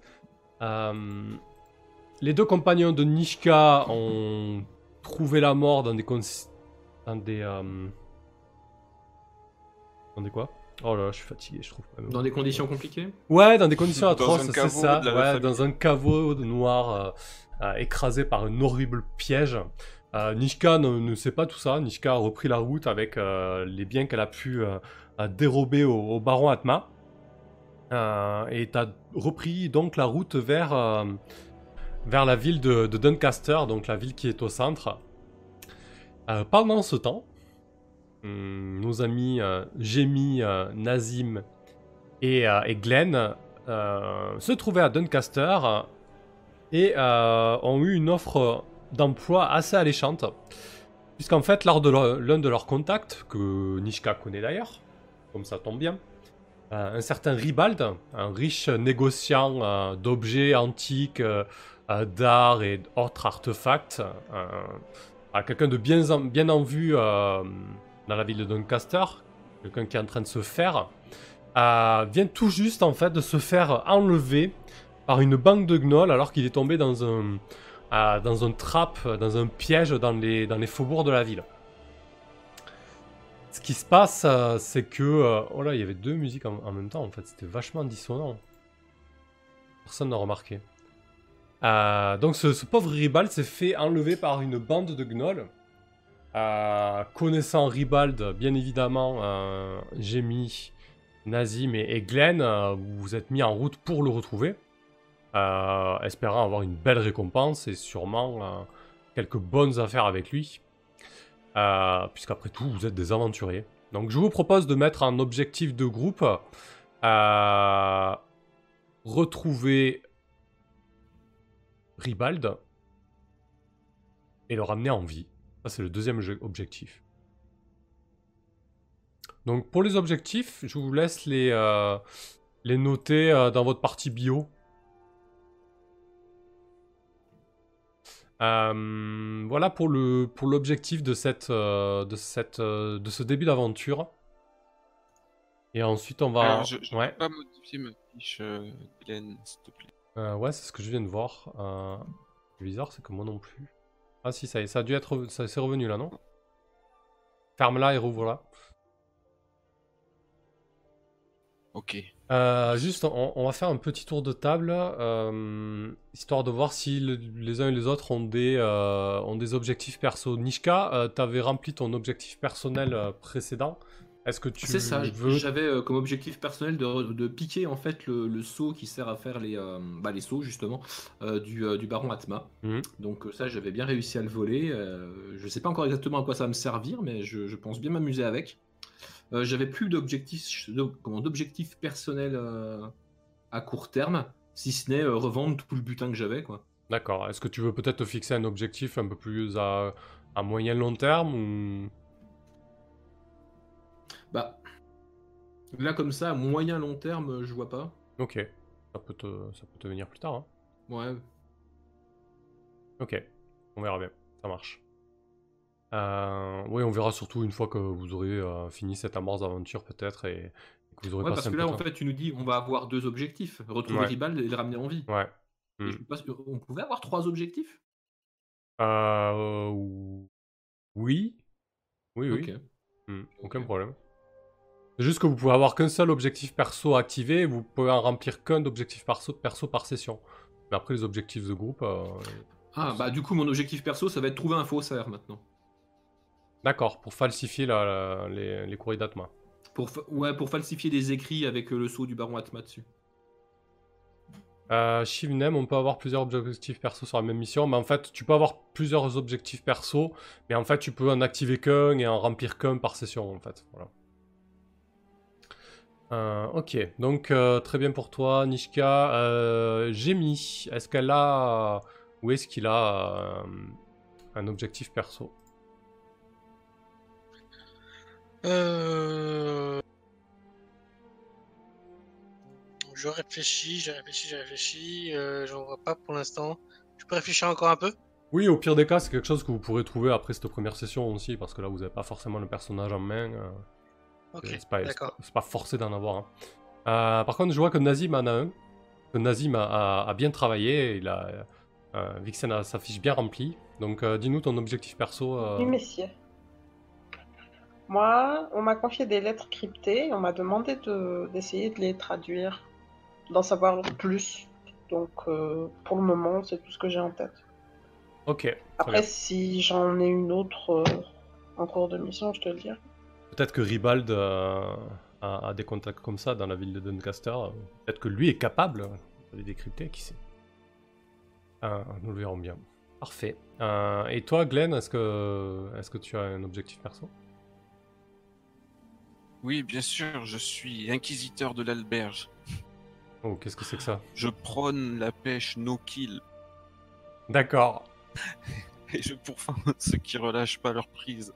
Les 2 compagnons de Nishka ont trouvé la mort dans des Dans des quoi? Oh là, je suis fatigué, je trouve pas. Dans des conditions compliquées? Ouais, dans des conditions Dans atroces, un c'est caveau ça. de la Ouais, famille. dans un caveau noir écrasé par un horrible piège. Nishka ne sait pas tout ça. Nishka a repris la route avec les biens qu'elle a pu dérober au baron Atma. Et t'as repris donc la route vers la ville de Doncaster, donc la ville qui est au centre. Pendant ce temps, nos amis Jamie, Nazim et Glenn se trouvaient à Doncaster et ont eu une offre d'emploi assez alléchante. Puisqu'en fait, lors de l'un de leurs contacts, que Nishka connaît d'ailleurs, comme ça tombe bien, un certain Ribald, un riche négociant d'objets antiques, d'art et autres artefacts, quelqu'un de bien en vue dans la ville de Doncaster, quelqu'un qui est en train de se faire, vient tout juste en fait de se faire enlever par une bande de gnolls alors qu'il est tombé dans un trap, dans un piège dans les faubourgs de la ville. Ce qui se passe, c'est que... oh là, il y avait 2 musiques en même temps, en fait. C'était vachement dissonant. Personne n'a remarqué. Donc ce pauvre Ribald s'est fait enlever par une bande de gnolls. Connaissant Ribald, bien évidemment, Jamie, Nazim et Glenn, vous vous êtes mis en route pour le retrouver. Espérant avoir une belle récompense et sûrement quelques bonnes affaires avec lui. Puisqu'après tout, vous êtes des aventuriers. Donc je vous propose de mettre un objectif de groupe. Retrouver Ribald et le ramener en vie. Ça, c'est le deuxième objectif. Donc pour les objectifs, je vous laisse les noter dans votre partie bio. Voilà pour l'objectif de ce début d'aventure. Et ensuite on va... Alors, je ouais. peux pas modifier ma fiche, Glenn, s'il te plaît. Ouais, c'est ce que je viens de voir. Le bizarre, c'est que moi non plus. Ah si, ça y est, ça a dû être... Ça c'est revenu là, non? Ferme-la et rouvre-la. Ok. Juste, on va faire un petit tour de table, histoire de voir si les uns et les autres ont des objectifs perso. Nishka, t'avais rempli ton objectif personnel précédent. Est-ce que tu C'est ça, veux... j'avais comme objectif personnel de piquer en fait le seau qui sert à faire les seaux justement du baron Atma. Donc ça j'avais bien réussi à le voler. Je sais pas encore exactement à quoi ça va me servir, mais je pense bien m'amuser avec. J'avais plus d'objectifs personnels à court terme, si ce n'est revendre tout le butin que j'avais, quoi. D'accord. Est-ce que tu veux peut-être te fixer un objectif un peu plus à moyen long terme ou... Bah, là comme ça, à moyen long terme, je vois pas. Ok. Ça peut te venir plus tard, hein. Ouais. Ok. On verra bien. Ça marche. Oui, on verra surtout une fois que vous aurez fini cette amorce d'aventure peut-être et que vous aurez Ouais, passé parce un que peu là de en temps. fait tu nous dis on va avoir 2 objectifs, retrouver Ouais. Ribald et le ramener en vie. Ouais. Et je sais pas, on pouvait avoir 3 objectifs? Oui. Oui. Ok. Aucun Ok. problème. C'est juste que vous pouvez avoir qu'un seul objectif perso activé et vous pouvez en remplir qu'un d'objectif perso par session. Mais après les objectifs de groupe... Ah bah du coup mon objectif perso ça va être trouver un faussaire maintenant. D'accord, pour falsifier les courriers d'Atma. Pour falsifier des écrits avec le sceau du baron Atma dessus. Shivnem, on peut avoir plusieurs objectifs perso sur la même mission, mais en fait, tu peux avoir plusieurs objectifs perso, mais en fait, tu peux en activer qu'un et en remplir qu'un par session, en fait. Voilà. Ok, donc très bien pour toi, Nishka. Jemi, est-ce qu'elle a... Où est-ce qu'il a un objectif perso? Je réfléchis, j'en vois pas pour l'instant. Je peux réfléchir encore un peu? Oui, au pire des cas, c'est quelque chose que vous pourrez trouver après cette première session aussi, parce que là, vous n'avez pas forcément le personnage en main. Ok, c'est pas forcé d'en avoir un. Par contre, je vois que Nazim en a un. Que Nazim a bien travaillé. Il a, Vixen a sa fiche bien remplie. Donc, dis-nous ton objectif perso. Oui, messieurs. Moi, on m'a confié des lettres cryptées. On m'a demandé d'essayer de les traduire, d'en savoir plus. Donc, pour le moment, c'est tout ce que j'ai en tête. Ok. Après, si j'en ai une autre en cours de mission, je te le dirai. Peut-être que Ribald a des contacts comme ça dans la ville de Doncaster. Peut-être que lui est capable de les décrypter, qui sait. Nous le verrons bien. Parfait. Et toi, Glenn, est-ce que tu as un objectif perso? Oui, bien sûr, je suis inquisiteur de l'alberge. Oh, qu'est-ce que c'est que ça? Je prône la pêche no-kill. D'accord. Et je pourfends ceux qui relâchent pas leur prise.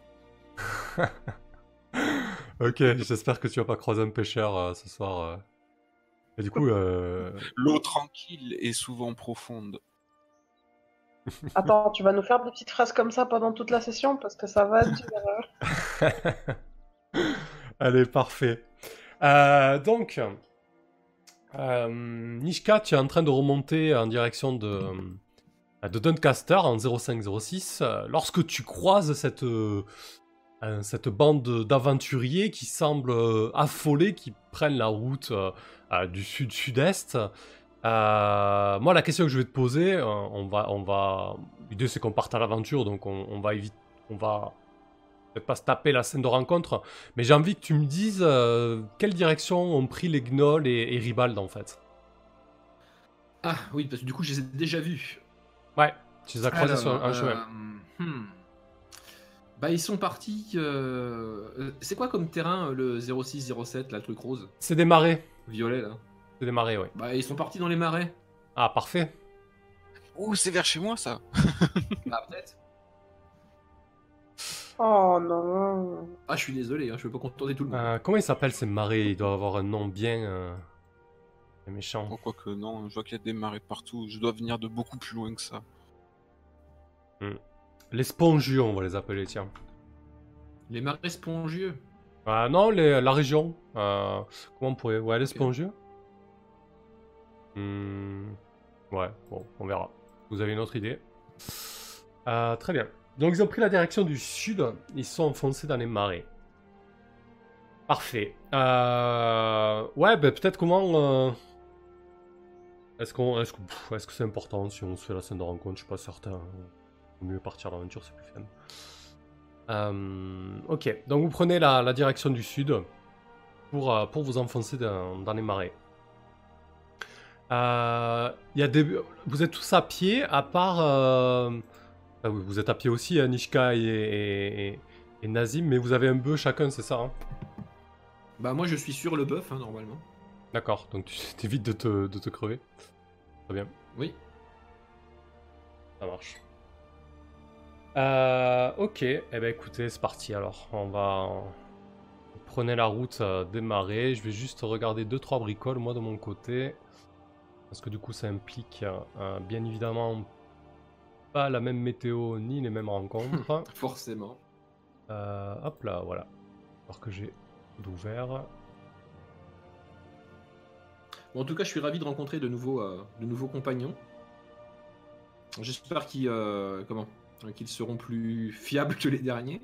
Ok, j'espère que tu vas pas croiser un pêcheur ce soir. Et du coup, L'eau tranquille est souvent profonde. Attends, tu vas nous faire des petites phrases comme ça pendant toute la session parce que ça va être Allez, parfait. Donc, Nishka, tu es en train de remonter en direction de Doncaster en 0506. Lorsque tu croises cette bande d'aventuriers qui semblent affolés, qui prennent la route du sud-sud-est. Moi, la question que je vais te poser, l'idée c'est qu'on parte à l'aventure, donc on va peut-être pas se taper la scène de rencontre, mais j'ai envie que tu me dises quelle direction ont pris les gnolls et Ribald en fait. Ah oui, parce que du coup, je les ai déjà vus. Ouais, tu les as croisés sur un chemin. Bah, ils sont partis. C'est quoi comme terrain le 06-07, là, le truc rose? C'est des marais. Violet, là. C'est des marais, ouais. Bah, ils sont partis dans les marais. Ah, parfait. Oh, c'est vers chez moi, ça. Bah, peut-être. Oh non. Ah, je suis désolé, hein, je peux pas contenter tout le monde. Comment ils s'appellent ces marais? Ils doivent avoir un nom bien méchant. Oh, quoique non, je vois qu'il y a des marées partout. Je dois venir de beaucoup plus loin que ça. Les spongieux, on va les appeler, tiens. Les marais spongieux. Non, la région. Comment on pourrait... Ouais, les spongieux. Ouais, bon, on verra. Vous avez une autre idée? Très bien. Donc ils ont pris la direction du sud. Ils sont enfoncés dans les marais. Parfait. Ouais, ben peut-être comment... Est-ce que c'est important si on se fait la scène de rencontre? Je suis pas certain. Vaut mieux partir à l'aventure, c'est plus fun. Ok, donc vous prenez la direction du sud pour vous enfoncer dans les marais. Vous êtes tous à pied, à part... vous êtes à pied aussi, hein, Nishka et Nazim, mais vous avez un bœuf chacun, c'est ça hein? Bah moi je suis sur le bœuf, hein, normalement. D'accord, donc tu t'évites de te crever. Très bien. Oui. Ça marche. Ok, eh ben écoutez, c'est parti alors. Prenez la route des marais. Je vais juste regarder 2-3 bricoles, moi de mon côté. Parce que du coup ça implique bien évidemment pas la même météo ni les mêmes rencontres. Forcément. Hop là, voilà. Alors que j'ai d'ouvert. Bon, en tout cas, je suis ravi de rencontrer de nouveaux compagnons. J'espère qu'ils seront plus fiables que les derniers.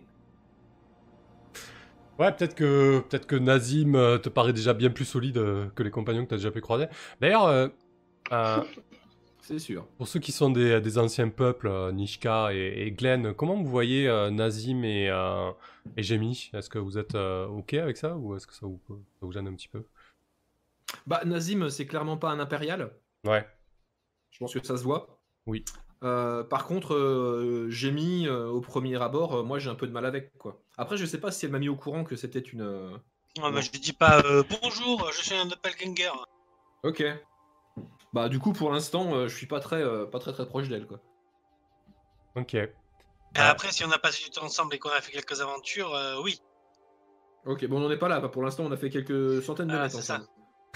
Ouais, peut-être que Nazim te paraît déjà bien plus solide que les compagnons que tu as déjà pu croiser. D'ailleurs, c'est sûr. Pour ceux qui sont des anciens peuples, Nishka et Glenn, comment vous voyez Nazim et Jemi? Est-ce que vous êtes ok avec ça ou est-ce que ça vous gêne un petit peu? Bah, Nazim, c'est clairement pas un impérial. Ouais. Je pense que ça se voit. Oui. Par contre, j'ai mis au premier abord, moi j'ai un peu de mal avec, quoi. Après, je sais pas si elle m'a mis au courant que c'était une. Ouais, mais je lui dis pas bonjour, je suis un doppelganger. Ok. Bah du coup, pour l'instant, je suis pas très proche d'elle, quoi. Ok. Et Ah. après, si on a passé du temps ensemble et qu'on a fait quelques aventures, oui. Ok, bon, on n'en est pas là. Pour l'instant, on a fait quelques centaines de mètres c'est ensemble.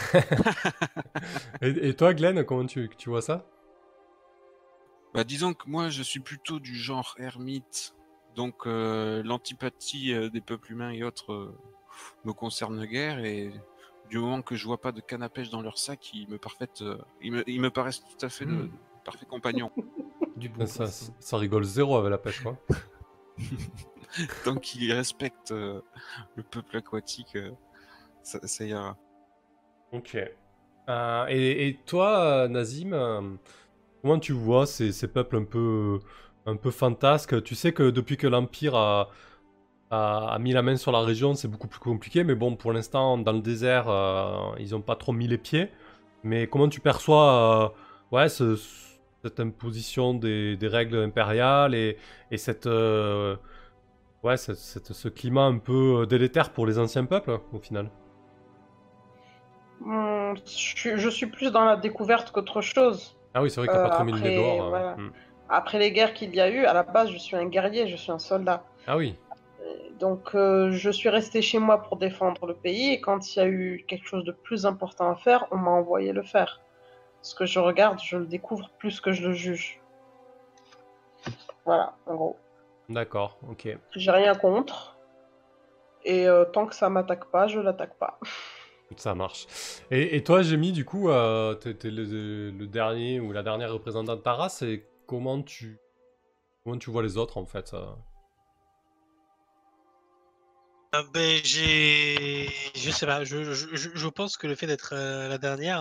Et toi, Glenn, comment tu vois ça? Bah, disons que moi, je suis plutôt du genre ermite, donc l'antipathie des peuples humains et autres me concerne guère, et du moment que je vois pas de canne à pêche dans leur sac, ils me paraissent tout à fait de parfaits compagnons. Du bon Ça rigole zéro avec la pêche, quoi. Tant qu'ils respectent le peuple aquatique, ça ira. Ok. Et toi, Nazim, comment tu vois ces peuples un peu fantasques? Tu sais que depuis que l'Empire a mis la main sur la région, c'est beaucoup plus compliqué, mais bon, pour l'instant, dans le désert, ils n'ont pas trop mis les pieds. Mais comment tu perçois ouais, cette imposition des règles impériales et cette, ouais, ce climat un peu délétère pour les anciens peuples, au final? Je suis plus dans la découverte qu'autre chose. Ah oui, c'est vrai qu'il n'y a pas trop mis le nez Après, dehors. voilà. Après les guerres qu'il y a eu, à la base, je suis un guerrier, je suis un soldat. Ah oui. Donc, je suis resté chez moi pour défendre le pays, et quand il y a eu quelque chose de plus important à faire, on m'a envoyé le faire. Ce que je regarde, je le découvre plus que je le juge. Voilà, en gros. D'accord, ok. J'ai rien contre, et tant que ça m'attaque pas, je l'attaque pas. Ça marche. Et toi, Jémy, du coup, t'es le dernier ou la dernière représentante de ta race, et comment tu vois les autres, en fait? Ben, je sais pas, je pense que le fait d'être la dernière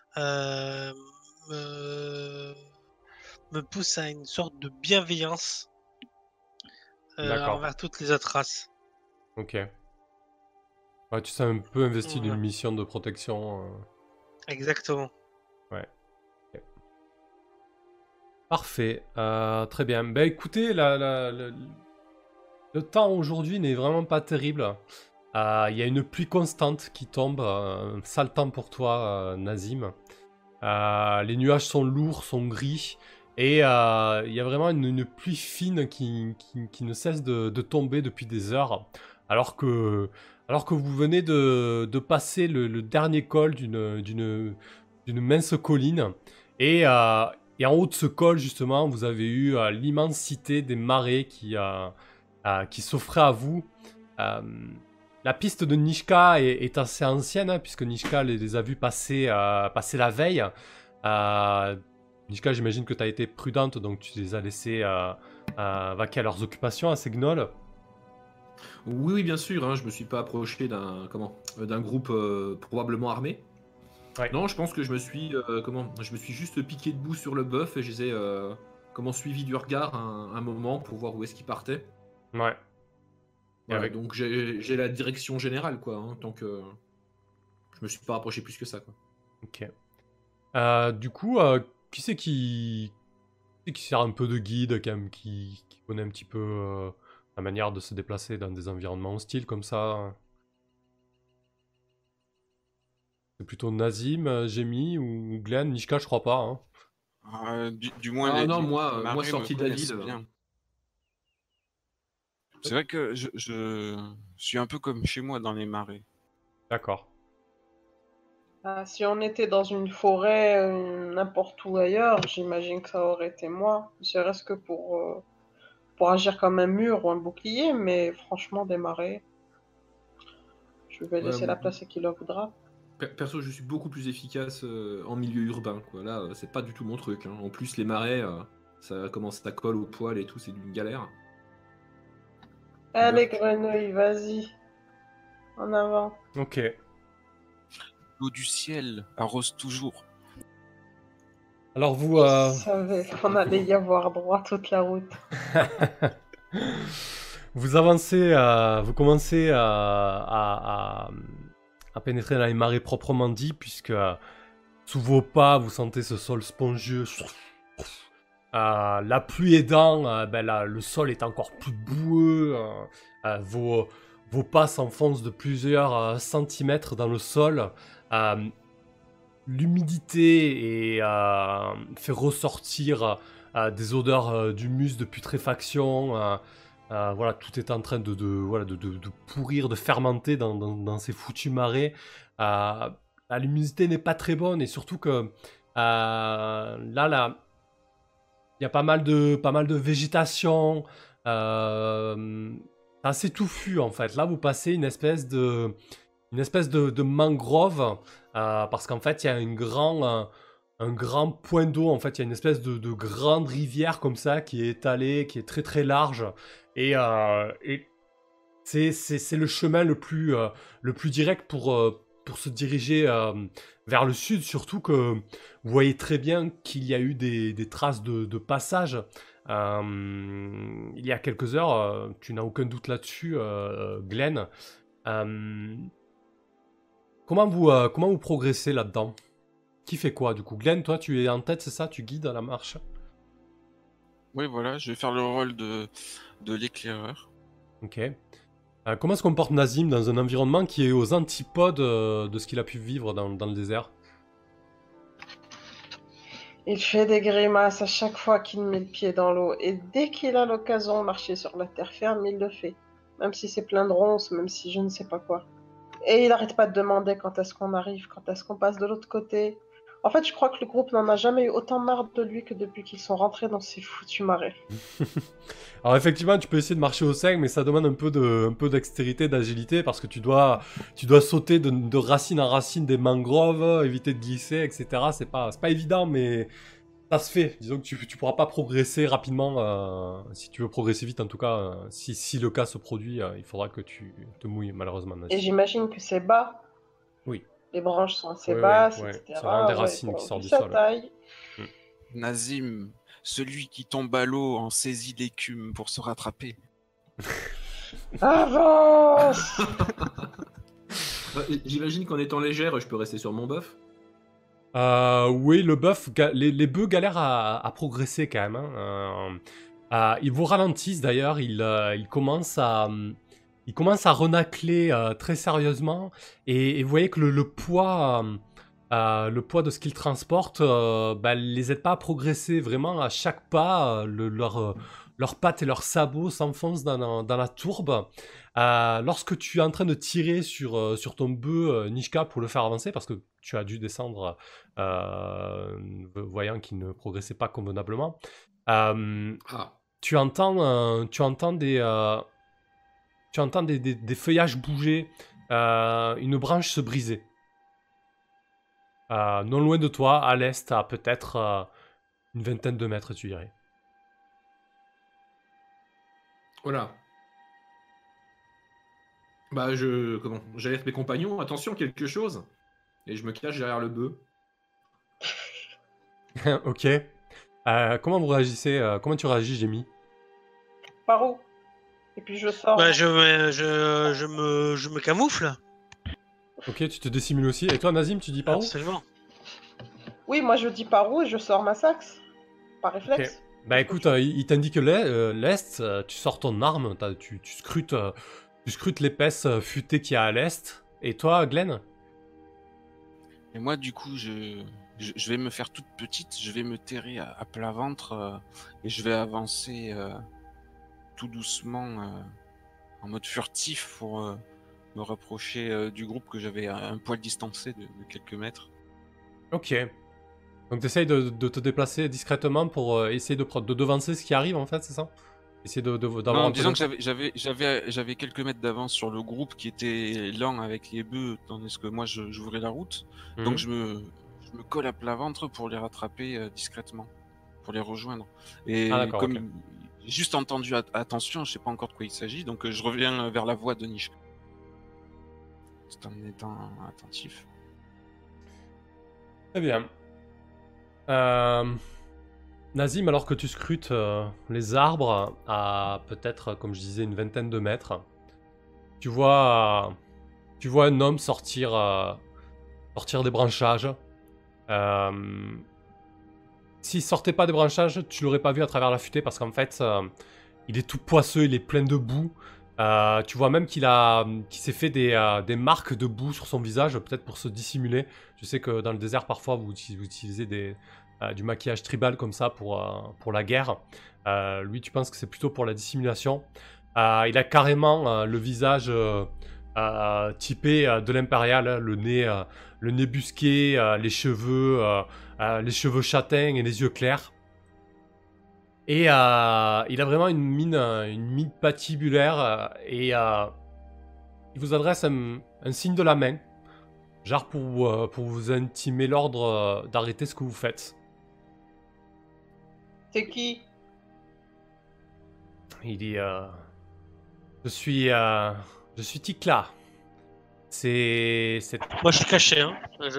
me pousse à une sorte de bienveillance D'accord. envers toutes les autres races. Ok. Ouais, tu t'es un peu investi Voilà. d'une mission de protection. Exactement. Ouais. Ok. Parfait. Très bien. Ben écoutez, le temps aujourd'hui n'est vraiment pas terrible. Il y a une pluie constante qui tombe. Un sale temps pour toi, Nazim. Les nuages sont lourds, sont gris. Et il y a vraiment une pluie fine qui ne cesse de tomber depuis des heures. Alors que vous venez de passer le dernier col d'une mince colline. Et en haut de ce col, justement, vous avez eu l'immensité des marées qui s'offraient à vous. La piste de Nishka est assez ancienne, hein, puisque Nishka les a vus passer la veille. Nishka, j'imagine que tu as été prudente, donc tu les as laissés vaquer à leurs occupations, à ces gnolls. Oui, oui, bien sûr, hein, je me suis pas approché d'un groupe probablement armé. Ouais. Non, je pense que je me suis juste piqué debout sur le bœuf et je les ai suivi du regard un moment pour voir où est-ce qu'ils partaient. Ouais. Voilà, donc j'ai la direction générale, quoi, hein, tant que je me suis pas rapproché plus que ça, quoi. Ok. Du coup, qui c'est qui sert un peu de guide, quand même, qui connaît un petit peu la manière de se déplacer dans des environnements hostiles comme ça? C'est plutôt Nazim, Jémy ou Glenn? Nishka, je crois pas. Hein. Du moins, Ah non, les moi marées sorti me de la connaissent ville. bien. C'est vrai que je suis un peu comme chez moi dans les marais. D'accord. Si on était dans une forêt, n'importe où ailleurs, j'imagine que ça aurait été moi. Ne reste que pour agir comme un mur ou un bouclier, mais franchement, démarrer, je vais laisser la place à qui le voudra. Perso, je suis beaucoup plus efficace en milieu urbain, quoi. Là, c'est pas du tout mon truc, hein. En plus, les marais, ça commence à colle au poil et tout, c'est d'une galère. Allez, grenouille, vas-y. En avant. Ok. L'eau du ciel arrose toujours. Alors vous... Je savais qu'on allait y avoir droit toute la route. Vous avancez, vous commencez à pénétrer dans les marais proprement dit, puisque Sous vos pas, vous sentez ce sol spongieux. La pluie aidant, le sol est encore plus boueux. Vos pas s'enfoncent de plusieurs centimètres dans le sol. L'humidité fait ressortir des odeurs d'humus, de putréfaction. Voilà, tout est en train de pourrir, de fermenter dans ces foutus marais. L'humidité n'est pas très bonne et surtout que là, il y a pas mal de végétation. C'est assez touffu en fait. Là, vous passez une espèce de mangrove parce qu'en fait, il y a un grand point d'eau. En fait, il y a une espèce de grande rivière comme ça qui est étalée, qui est très très large. Et c'est le chemin le plus direct pour se diriger vers le sud, surtout que vous voyez très bien qu'il y a eu des traces de passage. Il y a quelques heures, tu n'as aucun doute là-dessus, Glenn. Comment vous progressez là-dedans? Qui fait quoi du coup? Glenn, toi tu es en tête, c'est ça? Tu guides la marche? Oui, voilà, je vais faire le rôle de l'éclaireur. Ok. Comment se comporte Nazim dans un environnement qui est aux antipodes de ce qu'il a pu vivre dans le désert? Il fait des grimaces à chaque fois qu'il met le pied dans l'eau, et dès qu'il a l'occasion de marcher sur la terre ferme, il le fait. Même si c'est plein de ronces, même si je ne sais pas quoi. Et il n'arrête pas de demander quand est-ce qu'on arrive, quand est-ce qu'on passe de l'autre côté. En fait, je crois que le groupe n'en a jamais eu autant marre de lui que depuis qu'ils sont rentrés dans ces foutus marais. Alors effectivement, tu peux essayer de marcher au 5, mais ça demande un peu dextérité, d'agilité, parce que tu dois sauter de racine en racine des mangroves, éviter de glisser, etc. C'est pas évident, mais ça se fait. Disons que tu pourras pas progresser rapidement. Si tu veux progresser vite, en tout cas, si le cas se produit, il faudra que tu te mouilles, malheureusement. Nazim. Et j'imagine que c'est bas. Oui. Les branches sont assez Ouais, basses, ouais. etc. C'est vraiment des racines qui sortent du sa sol. taille. Nazim, celui qui tombe à l'eau en saisit l'écume pour se rattraper. Avance. J'imagine qu'en étant légère, je peux rester sur mon bœuf. Oui, le bœuf, les bœufs galèrent à progresser quand même. Ils vous ralentissent d'ailleurs, ils commencent à renacler très sérieusement et vous voyez que le poids de ce qu'ils transportent les aide pas à progresser vraiment. À chaque pas, leurs pattes et leurs sabots s'enfoncent dans la tourbe. Lorsque tu es en train de tirer sur ton bœuf Nishka pour le faire avancer, parce que tu as dû descendre voyant qu'il ne progressait pas convenablement, tu entends des feuillages bouger, une branche se briser. Non loin de toi, à l'est, à peut-être une vingtaine de mètres, tu dirais. Voilà. Bah, j'alerte mes compagnons, attention, quelque chose. Et je me cache derrière le bœuf. Ok. Comment vous réagissez comment tu réagis, Jamie? Par où? Et puis je sors. Bah, je me camoufle. Ok, tu te dissimules aussi. Et toi, Nazim, tu dis par où? Absolument. Oui, moi je dis par où et je sors ma saxe. Par réflexe. Ok. Bah écoute, il t'indique l'est, tu sors ton arme, tu scrutes l'épaisse futée qu'il y a à l'est. Et toi, Glenn? Et moi, du coup, je vais me faire toute petite, je vais me terrer à plat ventre et je vais avancer tout doucement en mode furtif pour me rapprocher du groupe que j'avais un poil distancé de quelques mètres. Ok. Donc t'essayes de te déplacer discrètement pour essayer de devancer ce qui arrive en fait, c'est ça? Essayer d'avoir Non, un peu disons de- que j'avais quelques mètres d'avance sur le groupe qui était lent avec les bœufs, tandis que moi j'ouvrais la route. Mhm. Donc je me colle à plat ventre pour les rattraper discrètement, pour les rejoindre. Et d'accord, comme ok. j'ai juste entendu attention, je sais pas encore de quoi il s'agit, donc je reviens vers la voix de Nishka. Tout en étant attentif. Très bien. Nazim, alors que tu scrutes les arbres à peut-être, comme je disais, une vingtaine de mètres, tu vois un homme sortir des branchages. S'il sortait pas des branchages, tu l'aurais pas vu à travers la futaie parce qu'en fait, il est tout poisseux, il est plein de boue. Tu vois même qu'il s'est fait des marques de boue sur son visage, peut-être pour se dissimuler. Je sais que dans le désert, parfois, vous utilisez du maquillage tribal comme ça pour la guerre. Lui, tu penses que c'est plutôt pour la dissimulation. Il a carrément le visage typé de l'impérial, hein, le nez busqué, les cheveux châtains et les yeux clairs. Et il a vraiment une mine patibulaire et il vous adresse un signe de la main, genre pour vous intimer l'ordre d'arrêter ce que vous faites. C'est qui? Il dit je suis Tikla. Moi, je suis caché, hein. Ok.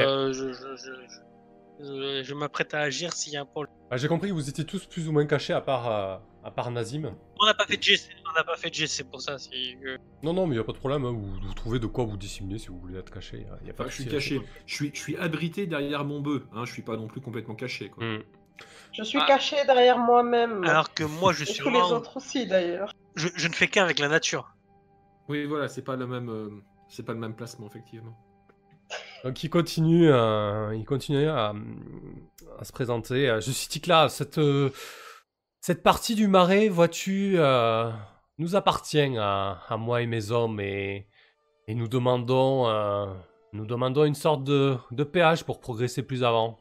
Je m'apprête à agir s'il y a un problème. J'ai compris que vous étiez tous plus ou moins cachés à part Nazim. On n'a pas fait de G, c'est pour ça. Non, mais il n'y a pas de problème. Hein. Vous trouvez de quoi vous dissimuler si vous voulez être caché. Y a pas de Je suis souci, caché. Je suis abrité derrière mon bœuf. Hein. Je suis pas non plus complètement caché. Quoi. Je suis caché derrière moi-même. Alors que moi, je Et suis tous les autres aussi, d'ailleurs. Je ne fais qu'un avec la nature. Oui, voilà, c'est pas le même placement, effectivement. Donc il continue à se présenter. Je suis Tikla. Cette partie du marais, vois-tu, nous appartient à moi et mes hommes et nous demandons une sorte de péage pour progresser plus avant.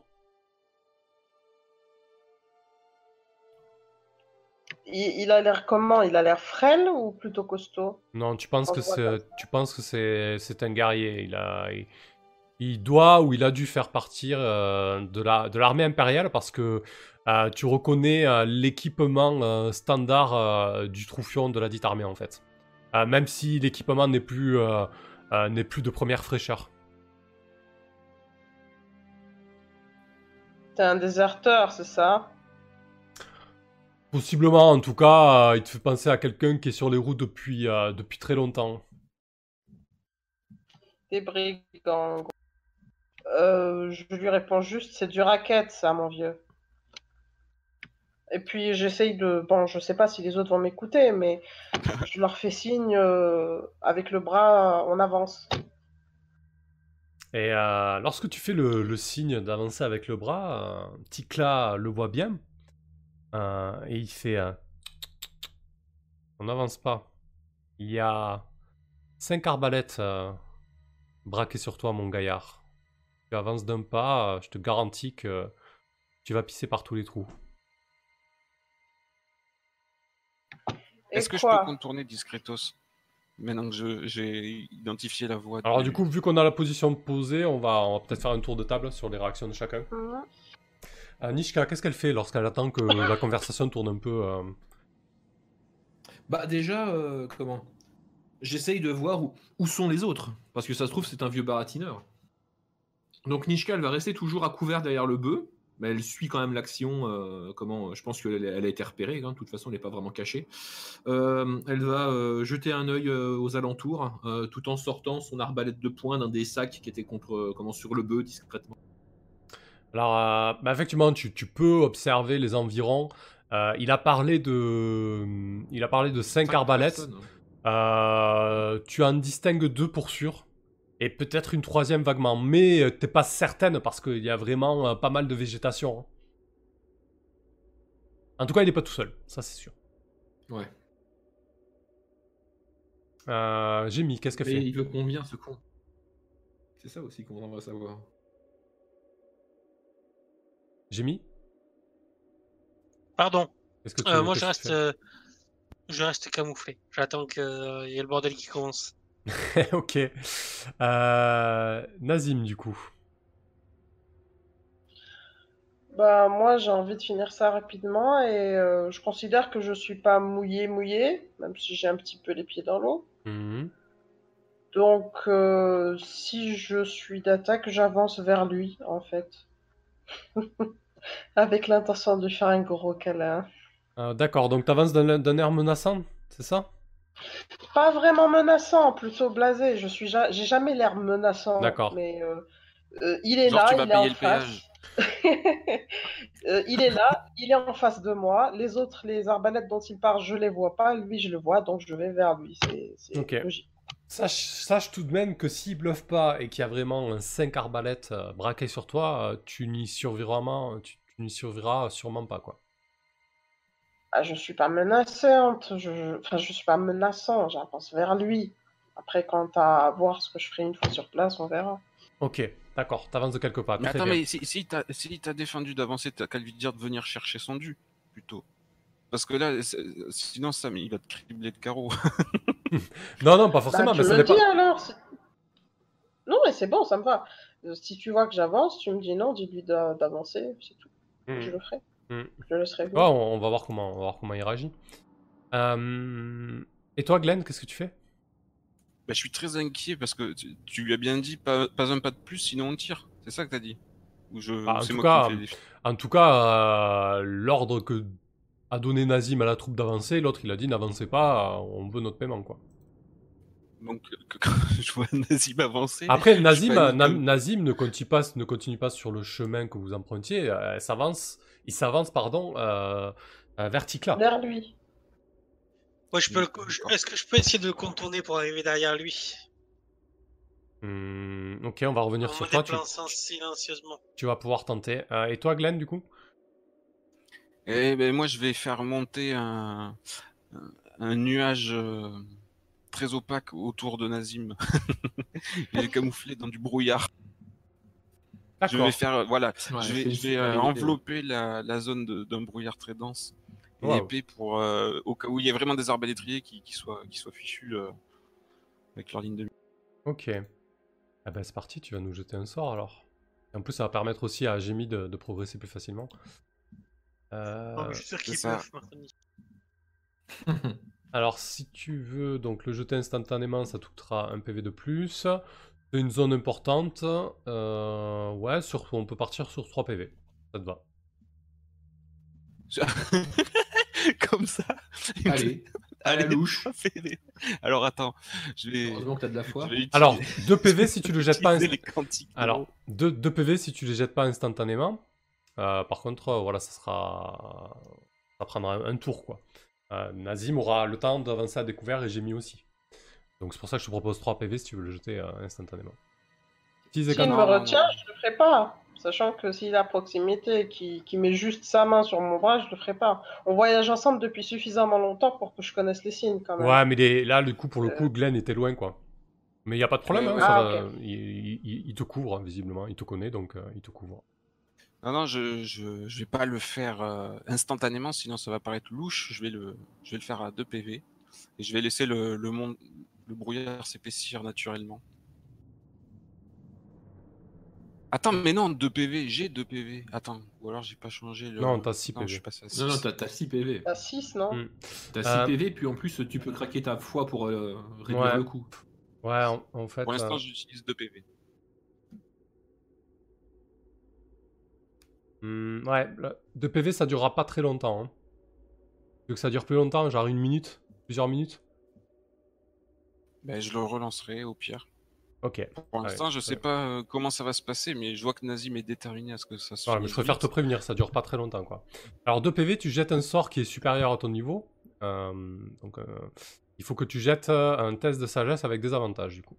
Il a l'air comment? Il a l'air frêle ou plutôt costaud? Non, tu penses que c'est un guerrier. Il doit ou il a dû faire partir de l'armée impériale parce que tu reconnais l'équipement standard du troufion de la dite armée en fait. Même si l'équipement n'est plus de première fraîcheur. T'es un déserteur, c'est ça? Possiblement, en tout cas, il te fait penser à quelqu'un qui est sur les routes depuis très longtemps. Des brigands. Je lui réponds juste, c'est du racket, ça, mon vieux. Et puis j'essaye de... Bon, je sais pas si les autres vont m'écouter, mais je leur fais signe avec le bras, on avance. Et lorsque tu fais le signe d'avancer avec le bras, Tikla le voit bien. Et il fait... on n'avance pas. Il y a 5 arbalètes braquées sur toi, mon gaillard. Tu avances d'un pas, je te garantis que tu vas pisser par tous les trous. Est-ce que je peux contourner discretos maintenant que j'ai identifié la voie? Alors du coup, vu qu'on a la position posée, on va peut-être faire un tour de table sur les réactions de chacun. Nishka, qu'est-ce qu'elle fait lorsqu'elle attend que la conversation tourne un peu Bah déjà, comment? J'essaye de voir où sont les autres, parce que ça se trouve c'est un vieux baratineur. Donc Nishka, elle va rester toujours à couvert derrière le bœuf, mais elle suit quand même l'action. Je pense qu'elle a été repérée, hein, de toute façon elle n'est pas vraiment cachée. Elle va jeter un œil aux alentours, tout en sortant son arbalète de poing d'un des sacs qui était sur le bœuf discrètement. Alors, effectivement, tu peux observer les environs. Il a parlé de 5 arbalètes. Tu en distingues 2 pour sûr. Et peut-être une 3e vaguement. Mais t'es pas certaine parce qu'il y a vraiment pas mal de végétation. Hein. En tout cas, il n'est pas tout seul. Ça, c'est sûr. Ouais. Jamie, qu'est-ce qu'elle fait? Il veut combien, ce con? C'est ça aussi qu'on va savoir. Jamie? Pardon. Moi, je reste camouflé. J'attends qu'il y ait le bordel qui commence. Ok. Nazim, du coup. Bah, moi, j'ai envie de finir ça rapidement et je considère que je suis pas mouillé, même si j'ai un petit peu les pieds dans l'eau. Donc, si je suis d'attaque, j'avance vers lui, en fait. Avec l'intention de faire un gros câlin. D'accord, donc t'avances d'un air menaçant, c'est ça? Pas vraiment menaçant, plutôt blasé. J'ai jamais l'air menaçant. D'accord. Mais Il est Genre, là, tu vas il est en payer le péage. face. Il est là, il est en face de moi. Les autres, les arbalètes dont il part, je les vois pas. Lui, je le vois, donc je vais vers lui. C'est Ok. logique. Sache tout de même que s'il bluffe pas et qu'il y a vraiment un 5 arbalètes braquées sur toi, tu n'y survivras sûrement pas, quoi. Ah, je suis pas menaçante. Enfin, je suis pas menaçant. J'avance vers lui. Après, quant à voir ce que je ferai une fois sur place, on verra. Ok, d'accord, t'avances de quelques pas, Mais très attends, bien. mais si t'as défendu d'avancer, t'as qu'à lui dire de venir chercher son dû, plutôt. Parce que là, sinon, Sam, il va te cribler de carreaux. Non, pas forcément, Bah, mais tu ça me dépend. dis alors. Non, mais c'est bon, ça me va. Si tu vois que j'avance, tu me dis non, dis-lui d'avancer, c'est tout. Je le ferai. Hmm. Je le laisserai Ouais, venir. on va voir comment il réagit. Et toi, Glenn, qu'est-ce que tu fais? Bah, je suis très inquiet parce que tu lui as bien dit pas un pas de plus, sinon on tire. C'est ça que t'as dit? Ou En c'est tout moi qui me cas, fais des films. l'ordre que a donné Nazim à la troupe d'avancer, l'autre il a dit n'avancez pas, on veut notre paiement, quoi. Donc, quand je vois Nazim avancer, Après, je Nazim, panique un peu. Nazim ne continue pas sur le chemin que vous empruntiez, il s'avance, pardon, verticla. Vers lui. Ouais, D'accord. est-ce que je peux essayer de le contourner pour arriver derrière lui Ok, on va revenir en sur me toi, déplaçant silencieusement? tu vas pouvoir tenter. Et toi, Glenn, du coup? Eh ben, moi, je vais faire monter un nuage très opaque autour de Nazim. Il est camouflé dans du brouillard. Je vais D'accord. faire, voilà, Ouais, je c'est une vais super idée, ouais. envelopper la zone d'un brouillard très dense et Wow. épais pour, au cas où il y a vraiment des arbalétriers qui soient fichus avec leur ligne de mire. Ok. Ah ben c'est parti, tu vas nous jeter un sort alors. Et en plus, ça va permettre aussi à Jimmy de progresser plus facilement. Non, mais je suis sûr c'est qu'il ça. peut, Marconi. Alors, si tu veux donc le jeter instantanément, ça te coûtera un PV de plus. C'est une zone importante. Ouais, on peut partir sur 3 PV. Ça te va. Comme ça. Allez, à la louche. Alors attends, je vais. Heureusement que t'as de la foi. je vais utiliser- Alors, 2 PV si tu le jettes pas. utiliser les quantiques. Alors, 2 PV si tu les jettes pas instantanément. Par contre, voilà, ça prendra un tour, quoi. Nazim aura le temps d'avancer à découvert et Jimmy aussi. Donc c'est pour ça que je te propose 3 PV si tu veux le jeter instantanément. S'il me retient, je le ferai pas. Sachant que s'il est à proximité et qu'il met juste sa main sur mon bras, je le ferai pas. On voyage ensemble depuis suffisamment longtemps pour que je connaisse les signes quand même. Ouais, mais là, pour le coup, Glenn était loin, quoi. Mais il n'y a pas de problème, Ouais, hein, ouais. ça Ah, va. Il te couvre, hein, visiblement. Il te connaît, donc il te couvre. Non, je vais pas le faire instantanément, sinon ça va paraître louche. Je vais le faire à 2 PV et je vais laisser le brouillard s'épaissir naturellement. Attends, mais non, 2 PV, j'ai 2 PV. Attends, ou alors j'ai pas changé le. Non, t'as 6 Non, PV. je suis passé à 6. Non, t'as 6 PV. T'as 6, non Mm. T'as 6 PV, puis en plus, tu peux craquer ta foi pour réduire Ouais. le coût. Ouais, en fait. Pour l'instant, j'utilise 2 PV. Ouais, 2 PV, ça durera pas très longtemps. Hein. Tu veux que ça dure plus longtemps, genre 1 minute, plusieurs minutes? Ben, je le relancerai au pire. Ok. Pour l'instant, je sais pas comment ça va se passer, mais je vois que Nazim est déterminé à ce que ça se Ouais, mais je préfère te prévenir, ça dure pas très longtemps, quoi. Alors 2 PV, tu jettes un sort qui est supérieur à ton niveau. Donc il faut que tu jettes un test de sagesse avec des avantages, du coup.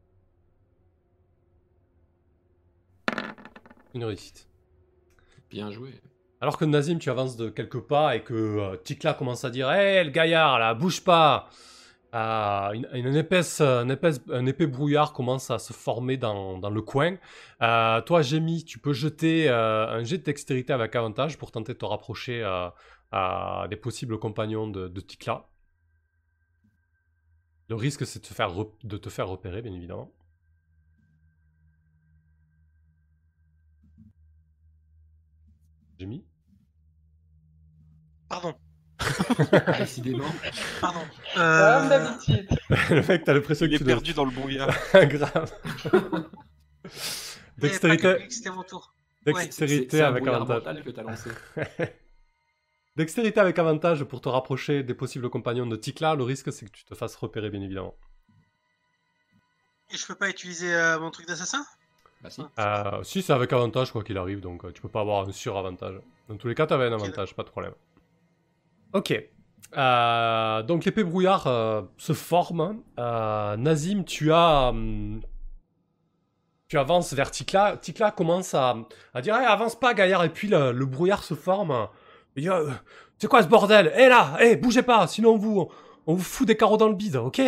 Une réussite. Bien joué. Alors que Nazim, tu avances de quelques pas et que Tikla commence à dire « Hé, le gaillard, là, bouge pas !» un épais brouillard commence à se former dans le coin. Toi, Jimmy, tu peux jeter un jet de dextérité avec avantage pour tenter de te rapprocher des possibles compagnons de Tikla. Le risque, c'est de te faire repérer, bien évidemment. Jimmy? Pardon. Décidément. Pardon. Comme d'habitude. Le mec, t'as l'impression que Il est tu perdu dans le brouillard. Grave. Dextérité. C'était mon tour. Dextérité avec avantage. Mental que t'as lancé. Dextérité avec avantage pour te rapprocher des possibles compagnons de Tikla. Le risque, c'est que tu te fasses repérer, bien évidemment. Et je peux pas utiliser mon truc d'assassin? Bah si. Si, c'est avec avantage quoi qu'il arrive, donc tu peux pas avoir un sur-avantage. Dans tous les cas, t'avais un avantage, pas de problème. Ok. Donc l'épée brouillard se forme. Nazim, tu avances vers Tikla. Tikla commence à dire hey, avance pas, gaillard. Et puis le brouillard se forme. Il dit c'est quoi ce bordel? Eh là, bougez pas, sinon on vous fout des carreaux dans le bide, ok?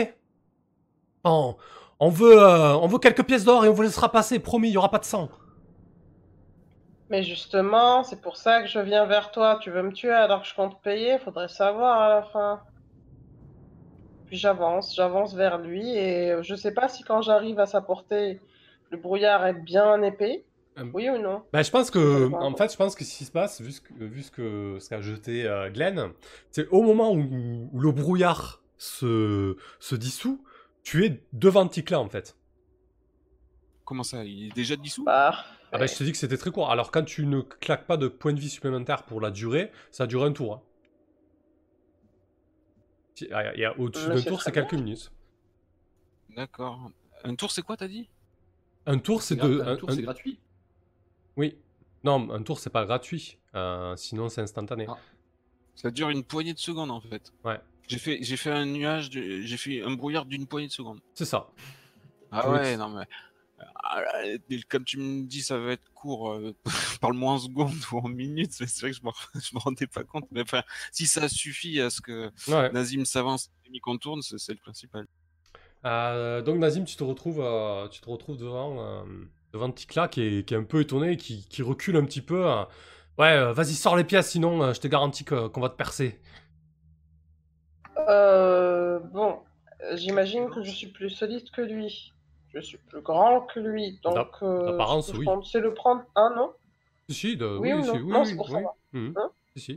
On veut quelques pièces d'or et on vous laissera passer, promis, il y aura pas de sang. Mais justement, c'est pour ça que je viens vers toi. Tu veux me tuer alors que je compte payer? Faudrait savoir à la fin. Puis j'avance vers lui et je sais pas si quand j'arrive à sa portée, le brouillard est bien épais. Oui ou non? Bah, je pense que, en fait, ce qui se passe, vu ce qu'a jeté Glenn, c'est au moment où le brouillard se dissout, tu es devant Tikla, en fait. Comment ça? Il est déjà dissous? Bah, Ah bah, je te dis que c'était très court. Alors, quand tu ne claques pas de points de vie supplémentaires pour la durée, ça dure un tour. Hein. Au-dessus d'un tour, c'est quelques minutes. D'accord. Un tour, c'est quoi, t'as dit? Un tour, c'est c'est gratuit. Oui. Non, un tour, c'est pas gratuit. Sinon, c'est instantané. Ah. Ça dure une poignée de secondes, en fait. Ouais. J'ai fait un nuage, j'ai fait un brouillard d'une poignée de secondes. C'est ça. Ah ouais, non mais... comme tu me dis, ça va être court. Parle-moi en secondes ou en minutes. C'est vrai que je me rendais pas compte. Mais enfin, si ça suffit à ce que Nazim s'avance et mi-contourne, c'est le principal. Donc Nazim, tu te retrouves devant Tikla qui est un peu étonné, qui recule un petit peu. Ouais, vas-y, sors les pièces, sinon je te garantis qu'on va te percer. bon, j'imagine que je suis plus solide que lui. Je suis plus grand que lui, donc d'apparence, ce que oui. je compte, c'est le prendre un, non? Si, oui ou non? Non, c'est pour savoir. Hein? Si.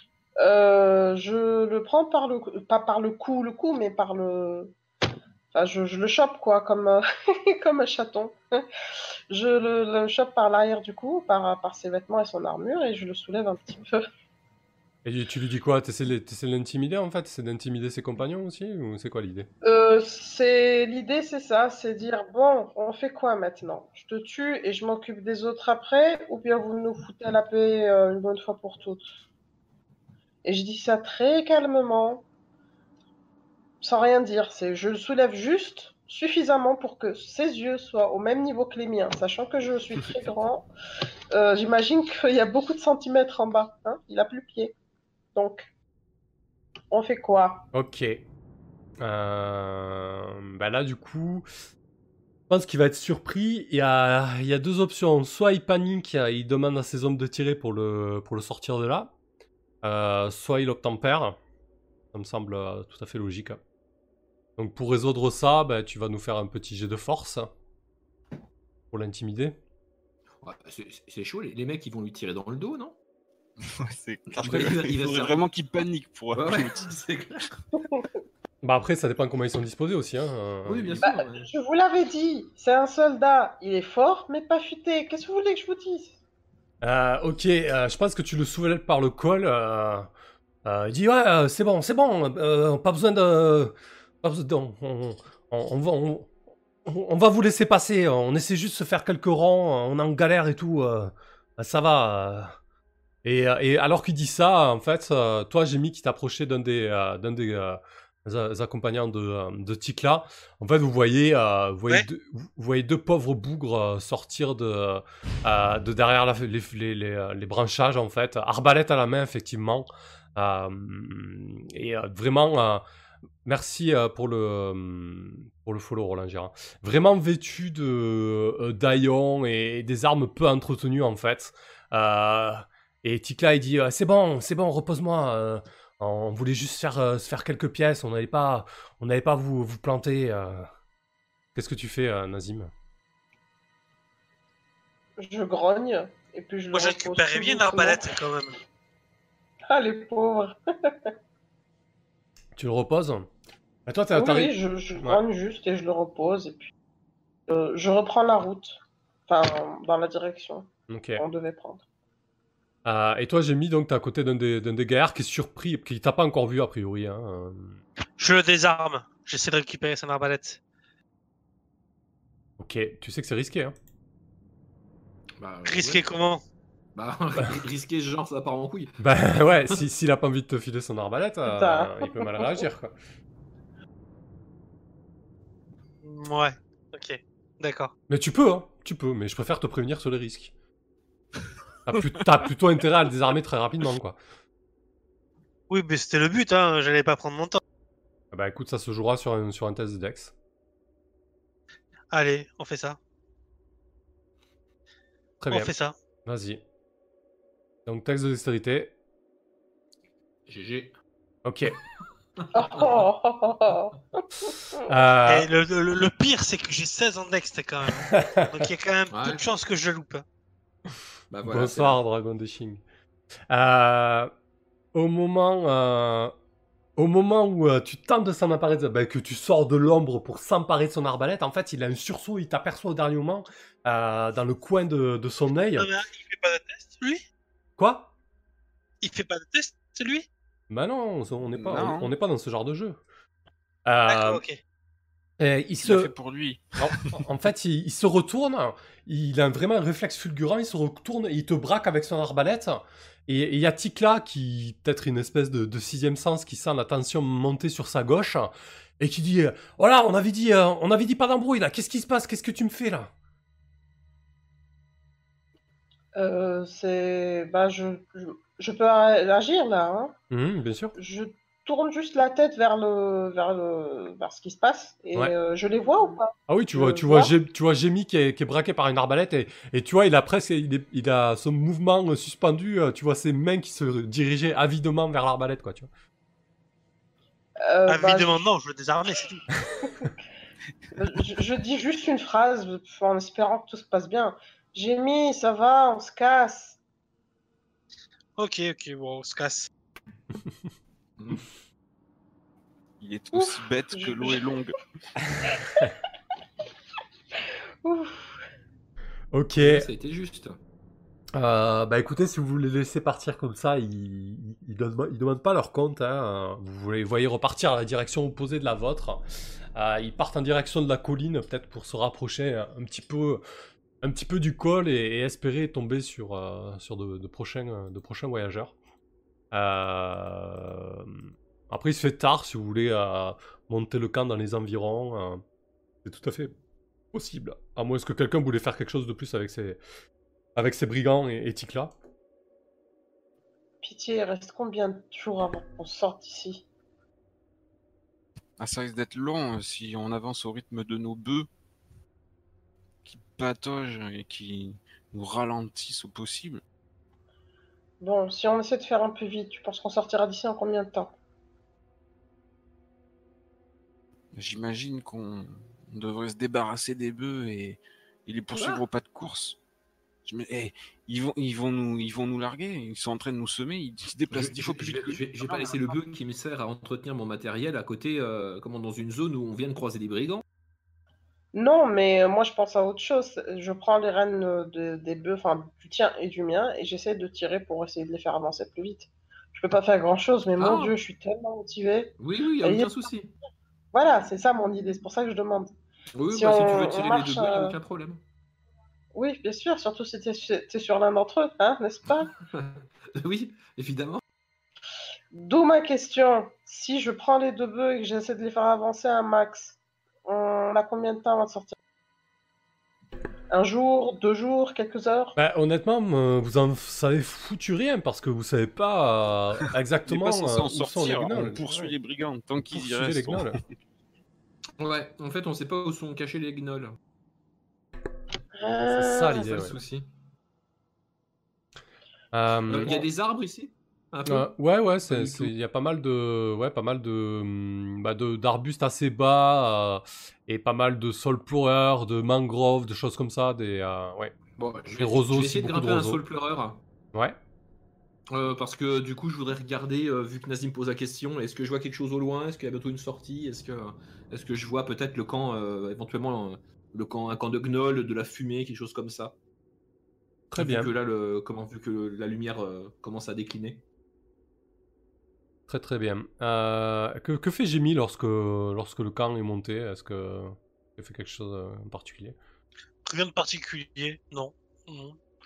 Je le prends pas par le cou, mais par le... Enfin, je le chope, quoi, comme, comme un chaton. Je le chope par l'arrière du cou, par ses vêtements et son armure, et je le soulève un petit peu. Et tu lui dis quoi? T'essaies de l'intimider, en fait? T'essaies d'intimider ses compagnons aussi? Ou c'est quoi l'idée? L'idée, c'est ça, c'est dire, bon, on fait quoi maintenant? Je te tue et je m'occupe des autres après, ou bien vous nous foutez à la paix une bonne fois pour toutes? Et je dis ça très calmement, sans rien dire. Je le soulève juste suffisamment pour que ses yeux soient au même niveau que les miens, sachant que je suis très grand. J'imagine qu'il y a beaucoup de centimètres en bas. Hein, il a plus pied. Donc, on fait quoi? Ok. Bah là, du coup, je pense qu'il va être surpris. Il y a deux options. Soit il panique, il demande à ses hommes de tirer pour le sortir de là. Soit il obtempère. Ça me semble tout à fait logique. Donc pour résoudre ça, bah, tu vas nous faire un petit jet de force pour l'intimider. Ouais, c'est chaud, les mecs ils vont lui tirer dans le dos, non? Ouais, c'est clair. Il faudrait vraiment qu'il panique pour... Ouais, c'est clair. Bah après, ça dépend comment ils sont disposés aussi. Hein. Oui, bien sûr. Bah, je vous l'avais dit, c'est un soldat. Il est fort, mais pas futé. Qu'est-ce que vous voulez que je vous dise? Ok, je pense que tu le soulèves par le col. Il dit ouais, c'est bon, pas besoin de... On va vous laisser passer, on essaie juste de se faire quelques rangs, on est en galère et tout, ça va. Et alors qu'il dit ça, en fait, toi, Jémy, qui t'approchait d'un des accompagnants de Tikla, en fait, vous voyez deux pauvres bougres sortir de derrière les branchages, en fait, arbalète à la main, effectivement. Vraiment... Merci pour le follow, Roland Gérard. Vraiment vêtu d'haillons et des armes peu entretenues, en fait. Et Tikla, il dit c'est bon, repose-moi. On voulait juste se faire quelques pièces. On n'allait pas vous planter. Qu'est-ce que tu fais, Nazim? Je grogne, et puis je Moi, je récupérais bien l'arbalète, quand même. Ah, les pauvres. Tu le reposes? Et toi, oui, je grogne juste et je le repose, et puis je reprends la route. Enfin, dans la direction qu'on devait prendre. Et toi, j'ai mis donc t'es à côté d'un des gaillards qui est surpris, qui t'a pas encore vu a priori. Hein. Je le désarme. J'essaie de récupérer son arbalète. Ok, tu sais que c'est risqué. Hein. Risqué comment? Risqué, genre, ça part en couille. Bah ouais, s'il a pas envie de te filer son arbalète, Ça. il peut mal réagir, quoi. Ouais, ok, d'accord. Mais tu peux, mais je préfère te prévenir sur les risques. T'as plutôt intérêt à le désarmer très rapidement, quoi. Oui, mais c'était le but, hein, j'allais pas prendre mon temps. Bah écoute, ça se jouera sur un test de Dex. Allez, on fait ça. Très On bien, fait ça. vas-y. Donc test de dextérité. GG. Ok. Et le pire, c'est que j'ai 16 en dex quand même. Donc il y a quand même peu de chances que je loupe. Bah voilà, Bonsoir, Dragon Dashing. Au moment où tu tentes de s'en emparer, que tu sors de l'ombre pour s'emparer de son arbalète, en fait, il a un sursaut, il t'aperçoit au dernier moment, dans le coin de son œil. Non, mais il fait pas de test, lui? Quoi? Il fait pas de test, lui? Bah non, on n'est pas dans ce genre de jeu. D'accord, ok. Il l'a fait pour lui. En fait, il se retourne, il a vraiment un réflexe fulgurant, il se retourne et il te braque avec son arbalète. Et il y a Tikla qui, peut-être une espèce de sixième sens, qui sent la tension monter sur sa gauche et qui dit voilà, on avait dit pas d'embrouille là, qu'est-ce qui se passe? Qu'est-ce que tu me fais là? Je peux agir là, hein. Bien sûr. Je tourne juste la tête vers ce qui se passe et Ouais. je les vois ou pas? Ah oui, tu vois Jamie qui est braqué par une arbalète et tu vois, il a son mouvement suspendu, tu vois ses mains qui se dirigeaient avidement vers l'arbalète, quoi, tu vois. Évidemment, non, je veux désarmer, c'est tout. je dis juste une phrase en espérant que tout se passe bien. Jamie, ça va, on se casse. Ok, bon, on se casse. Il est aussi bête que l'eau est longue. Ouf. Ok. Ça a été juste. Bah écoutez, si vous voulez laisser partir comme ça, ils demandent pas leur compte. Hein. Vous les voyez repartir à la direction opposée de la vôtre. Ils partent en direction de la colline, peut-être pour se rapprocher un petit peu du col et espérer tomber sur de prochains voyageurs. Après, il se fait tard si vous voulez monter le camp dans les environs. C'est tout à fait possible. À moins que quelqu'un voulait faire quelque chose de plus avec ses brigands et Tikla. Pitié, il reste combien de jours avant qu'on sorte d'ici? Ah, ça risque d'être long si on avance au rythme de nos bœufs qui pataugent et qui nous ralentissent au possible. Bon, si on essaie de faire un peu vite, tu penses qu'on sortira d'ici en combien de temps? J'imagine qu'on devrait se débarrasser des bœufs et les poursuivre au pas de course. Ils vont nous larguer, ils sont en train de nous semer, ils se déplacent 10 fois plus vite. Je vais pas laisser le bœuf qui me sert à entretenir mon matériel à côté, dans une zone où on vient de croiser des brigands. Non, mais moi je pense à autre chose. Je prends les rênes des bœufs, enfin du tien et du mien, et j'essaie de tirer pour essayer de les faire avancer plus vite. Je peux pas faire grand chose, mais mon Dieu, je suis tellement motivée. Oui, il n'y a aucun souci. Voilà, c'est ça mon idée, c'est pour ça que je demande. Oui, si tu veux tirer les deux bœufs, il n'y a aucun problème. Oui, bien sûr, surtout si t'es sur l'un d'entre eux, hein, n'est-ce pas? Oui, évidemment. D'où ma question. Si je prends les deux bœufs et que j'essaie de les faire avancer un max, on a combien de temps avant de sortir? Un jour, 2 jours, quelques heures? Bah, honnêtement, vous en savez foutu rien parce que vous savez pas exactement où sont les gnolls. On poursuit les brigands tant qu'ils y restent. Ouais, en fait, on sait pas où sont cachés les gnolls. C'est ça l'idée. le souci. Il y a des arbres ici? Ouais, il y a pas mal d'arbustes assez bas et pas mal de saules pleureurs, de mangroves, de choses comme ça, des roseaux je vais aussi, essayer de beaucoup de grimper un roseaux. saule pleureur. Ouais. Parce que du coup, je voudrais regarder, vu que Nazim pose la question, est-ce que je vois quelque chose au loin? Est-ce qu'il y a bientôt une sortie? Est-ce que je vois peut-être le camp, éventuellement un camp de gnolls, de la fumée, quelque chose comme ça? Très bien. Vu que la lumière commence à décliner. Très très bien. Que fait Jamie lorsque le camp est monté? Est-ce qu'il fait quelque chose en particulier? Rien de particulier, non.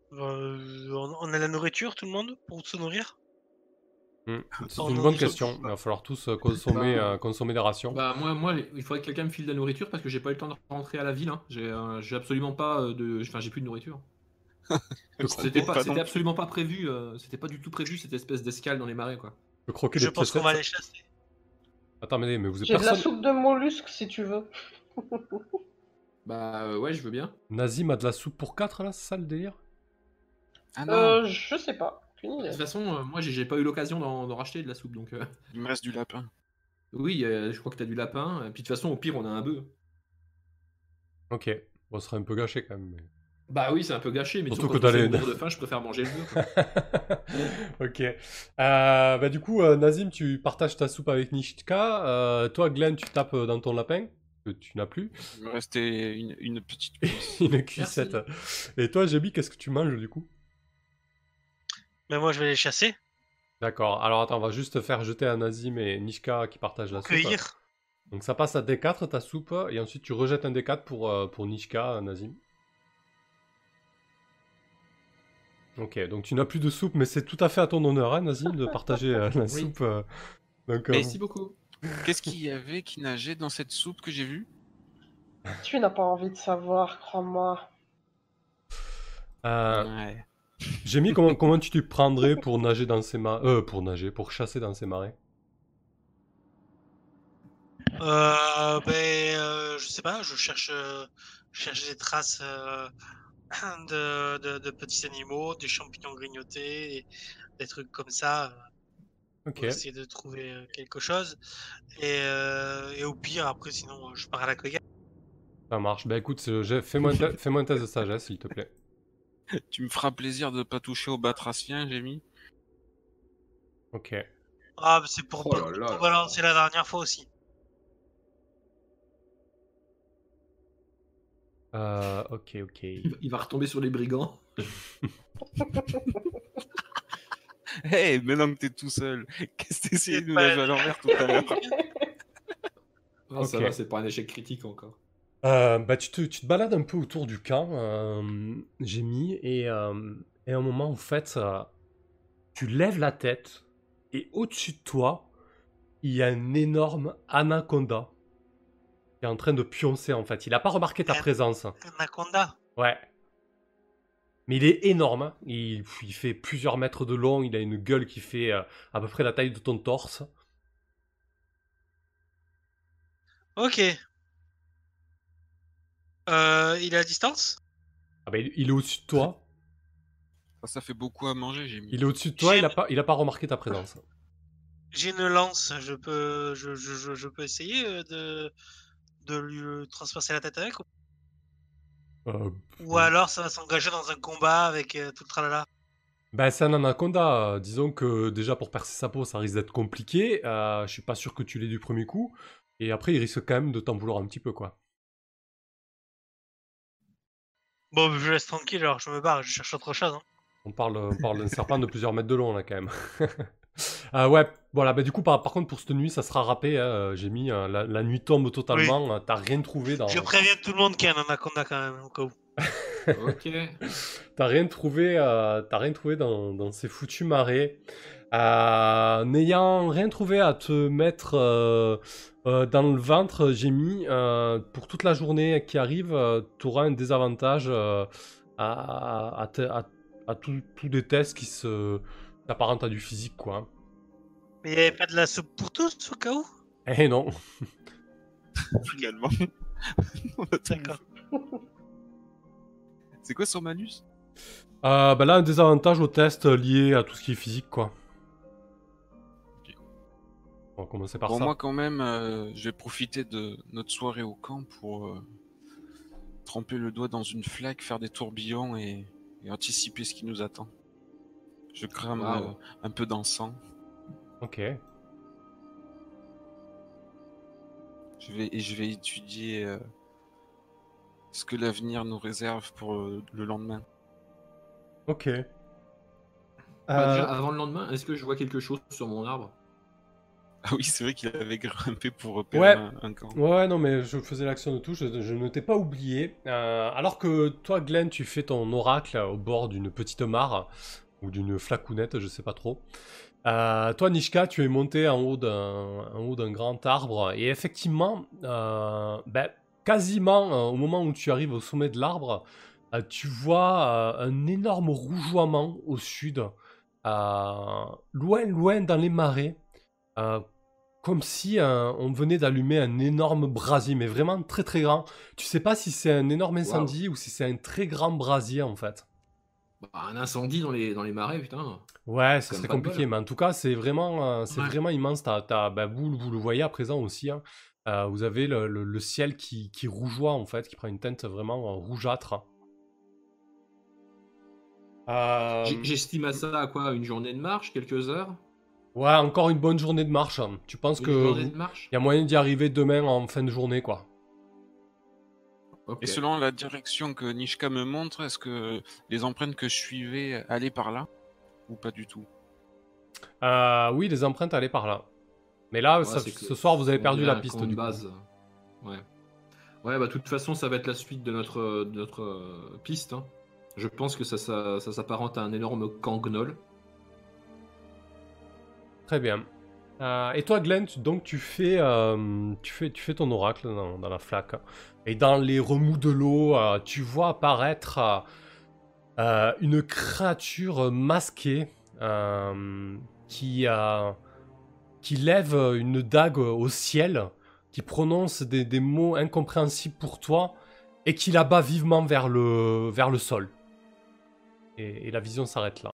On a la nourriture, tout le monde, pour se nourrir? C'est Oh une non, bonne déjà. question. Il va falloir tous consommer des rations. Bah moi, il faudrait que quelqu'un me file de la nourriture parce que j'ai pas eu le temps de rentrer à la ville. Hein. J'ai absolument pas enfin, j'ai plus de nourriture. Je Ça C'était dépend pas non plus. absolument pas prévu. C'était pas du tout prévu cette espèce d'escale dans les marais, quoi. peux croquer Je des pense qu'on va piécettes. les chasser. Attends, mais vous êtes J'ai de la personne. soupe de mollusques si tu veux. Bah ouais, je veux bien. Nazim a de la soupe pour 4 là, c'est ça le délire? Ah non, Je sais pas. Aucune De idée. toute façon, moi j'ai pas eu l'occasion d'en racheter de la soupe, donc il me reste du lapin. oui, je crois que t'as du lapin. Et puis de toute façon, au pire, on a un bœuf. Ok. Bon, ce serait un peu gâché quand même. Bah oui, c'est un peu gâché, mais Surtout disons, que quand je t'as me fais les- mourir de faim, je préfère manger le bœuf. Quoi. Ok. Bah du coup, Nazim, tu partages ta soupe avec Nishka. Toi, Glenn, tu tapes dans ton lapin, que tu n'as plus. Il me restait une petite cuisse. Une cuissette. Et toi, Jébi, qu'est-ce que tu manges du coup? Mais moi, je vais les chasser. D'accord. Alors attends, on va juste faire jeter à Nazim et Nishka qui partagent la soupe. Cueillir. Donc ça passe à D4 ta soupe, et ensuite tu rejettes un D4 pour Nishka, Nazim. Ok, donc tu n'as plus de soupe, mais c'est tout à fait à ton honneur, hein, Nazim, de partager la Oui. soupe. Donc, Merci beaucoup. Qu'est-ce qu'il y avait qui nageait dans cette soupe que j'ai vue? Tu n'as pas envie de savoir, crois-moi. Ouais. J'ai mis comment tu t'y prendrais pour nager dans ces marais, pour chasser dans ces marais. Je sais pas, je cherche des traces de petits animaux, des champignons grignotés, des trucs comme ça, Ok, pour essayer de trouver quelque chose. Et au pire, après, sinon, je pars à la cueillette. ça marche. Bah écoute, fais-moi un test de sagesse, s'il te plaît. Tu me feras plaisir de pas toucher au batracien, j'ai mis. Ok. Ah, mais c'est pour, Oh là là. pour balancer la dernière fois aussi. Ok. Il va retomber sur les brigands. Hey, maintenant que t'es tout seul, qu'est-ce que t'essayais de nous pas- nager à l'envers tout à l'heure? Ah, ça Ok. va, c'est pas un échec critique encore. Bah tu te balades un peu autour du camp, j'ai mis, et à un moment, en fait, tu lèves la tête, et au-dessus de toi, il y a un énorme anaconda qui est en train de pioncer, en fait. Il n'a pas remarqué ta présence. Anaconda. Ouais. Mais il est énorme, hein. Il fait plusieurs mètres de long, il a une gueule qui fait à peu près la taille de ton torse. Ok. Il est à distance? Ah bah, il est au-dessus de toi. Ça fait beaucoup à manger, j'ai mis. Il est au-dessus de toi, J'ai- il a pas remarqué ta présence. J'ai une lance, je peux essayer de lui transpercer la tête avec? Euh, Ou alors ça va s'engager dans un combat avec tout le tralala? Bah, c'est un anaconda. Disons que déjà pour percer sa peau, ça risque d'être compliqué. Je suis pas sûr que tu l'aies du premier coup. Et après, il risque quand même de t'en vouloir un petit peu, quoi. Bon, je laisse tranquille, alors je me barre, je cherche autre chose. Hein. On parle d'un serpent de plusieurs mètres de long, là, quand même. Ouais, voilà. Bah, du coup, par contre, pour cette nuit, ça sera râpé, hein. J'ai mis la nuit tombe totalement. T'as rien trouvé dans. Je préviens tout le monde qu'il y a un anaconda quand même, au cas où. Ok. T'as rien trouvé dans ces foutus marais. N'ayant rien trouvé à te mettre dans le ventre, j'ai mis pour toute la journée qui arrive, tu auras un désavantage à tous des tests qui s'apparentent à du physique, quoi. Mais il n'y avait pas de la soupe pour tous, au cas où? Eh non. Finalement. D'accord. C'est quoi son malus? Bah là, un désavantage au test lié à tout ce qui est physique, quoi. On va commencer par Bon, ça. moi quand même, je vais profiter de notre soirée au camp pour tremper le doigt dans une flaque, faire des tourbillons et anticiper ce qui nous attend. Je crame Wow. un peu d'encens. Ok. Je vais étudier ce que l'avenir nous réserve pour le lendemain. Ok. Bah, déjà, avant le lendemain, est-ce que je vois quelque chose sur mon arbre? Ah oui, c'est vrai qu'il avait grimpé pour repérer un camp. Ouais, non, mais je faisais l'action de touche, je ne t'ai pas oublié. Alors que toi, Glenn, tu fais ton oracle au bord d'une petite mare, ou d'une flacounette, je sais pas trop. Toi, Nishka, tu es monté en haut d'un grand arbre, et effectivement, quasiment au moment où tu arrives au sommet de l'arbre, tu vois un énorme rougeoiement au sud, loin dans les marais, comme si on venait d'allumer un énorme brasier, mais vraiment très très grand. Tu sais pas si c'est un énorme incendie ou si c'est un très grand brasier en fait. Un incendie dans les marais, putain. Ouais, ça Comme serait pas de compliqué, bol. mais en tout cas, c'est vraiment Ouais. immense. Vous le voyez à présent aussi, hein. Vous avez le ciel qui rougeoie en fait, qui prend une teinte vraiment rougeâtre. J'estime à ça à quoi? Une journée de marche, quelques heures? Ouais, encore une bonne journée de marche. Tu penses Une que journée de marche? y a moyen d'y arriver demain en fin de journée, quoi. Ok. Et selon la direction que Nishka me montre, est-ce que les empreintes que je suivais allaient par là ou pas du tout? Oui, les empreintes allaient par là. Mais là, Ouais, ce soir, vous avez on perdu dirait la un piste camp de du coup. base. Ouais. Ouais, bah de toute façon, ça va être la suite de notre piste, hein. Je pense que ça s'apparente à un énorme camp gnoll. Très bien. Et toi, Glenn, donc tu fais ton oracle dans la flaque. Et dans les remous de l'eau, tu vois apparaître une créature masquée qui lève une dague au ciel, qui prononce des mots incompréhensibles pour toi, et qui la bat vivement vers le sol. Et la vision s'arrête là.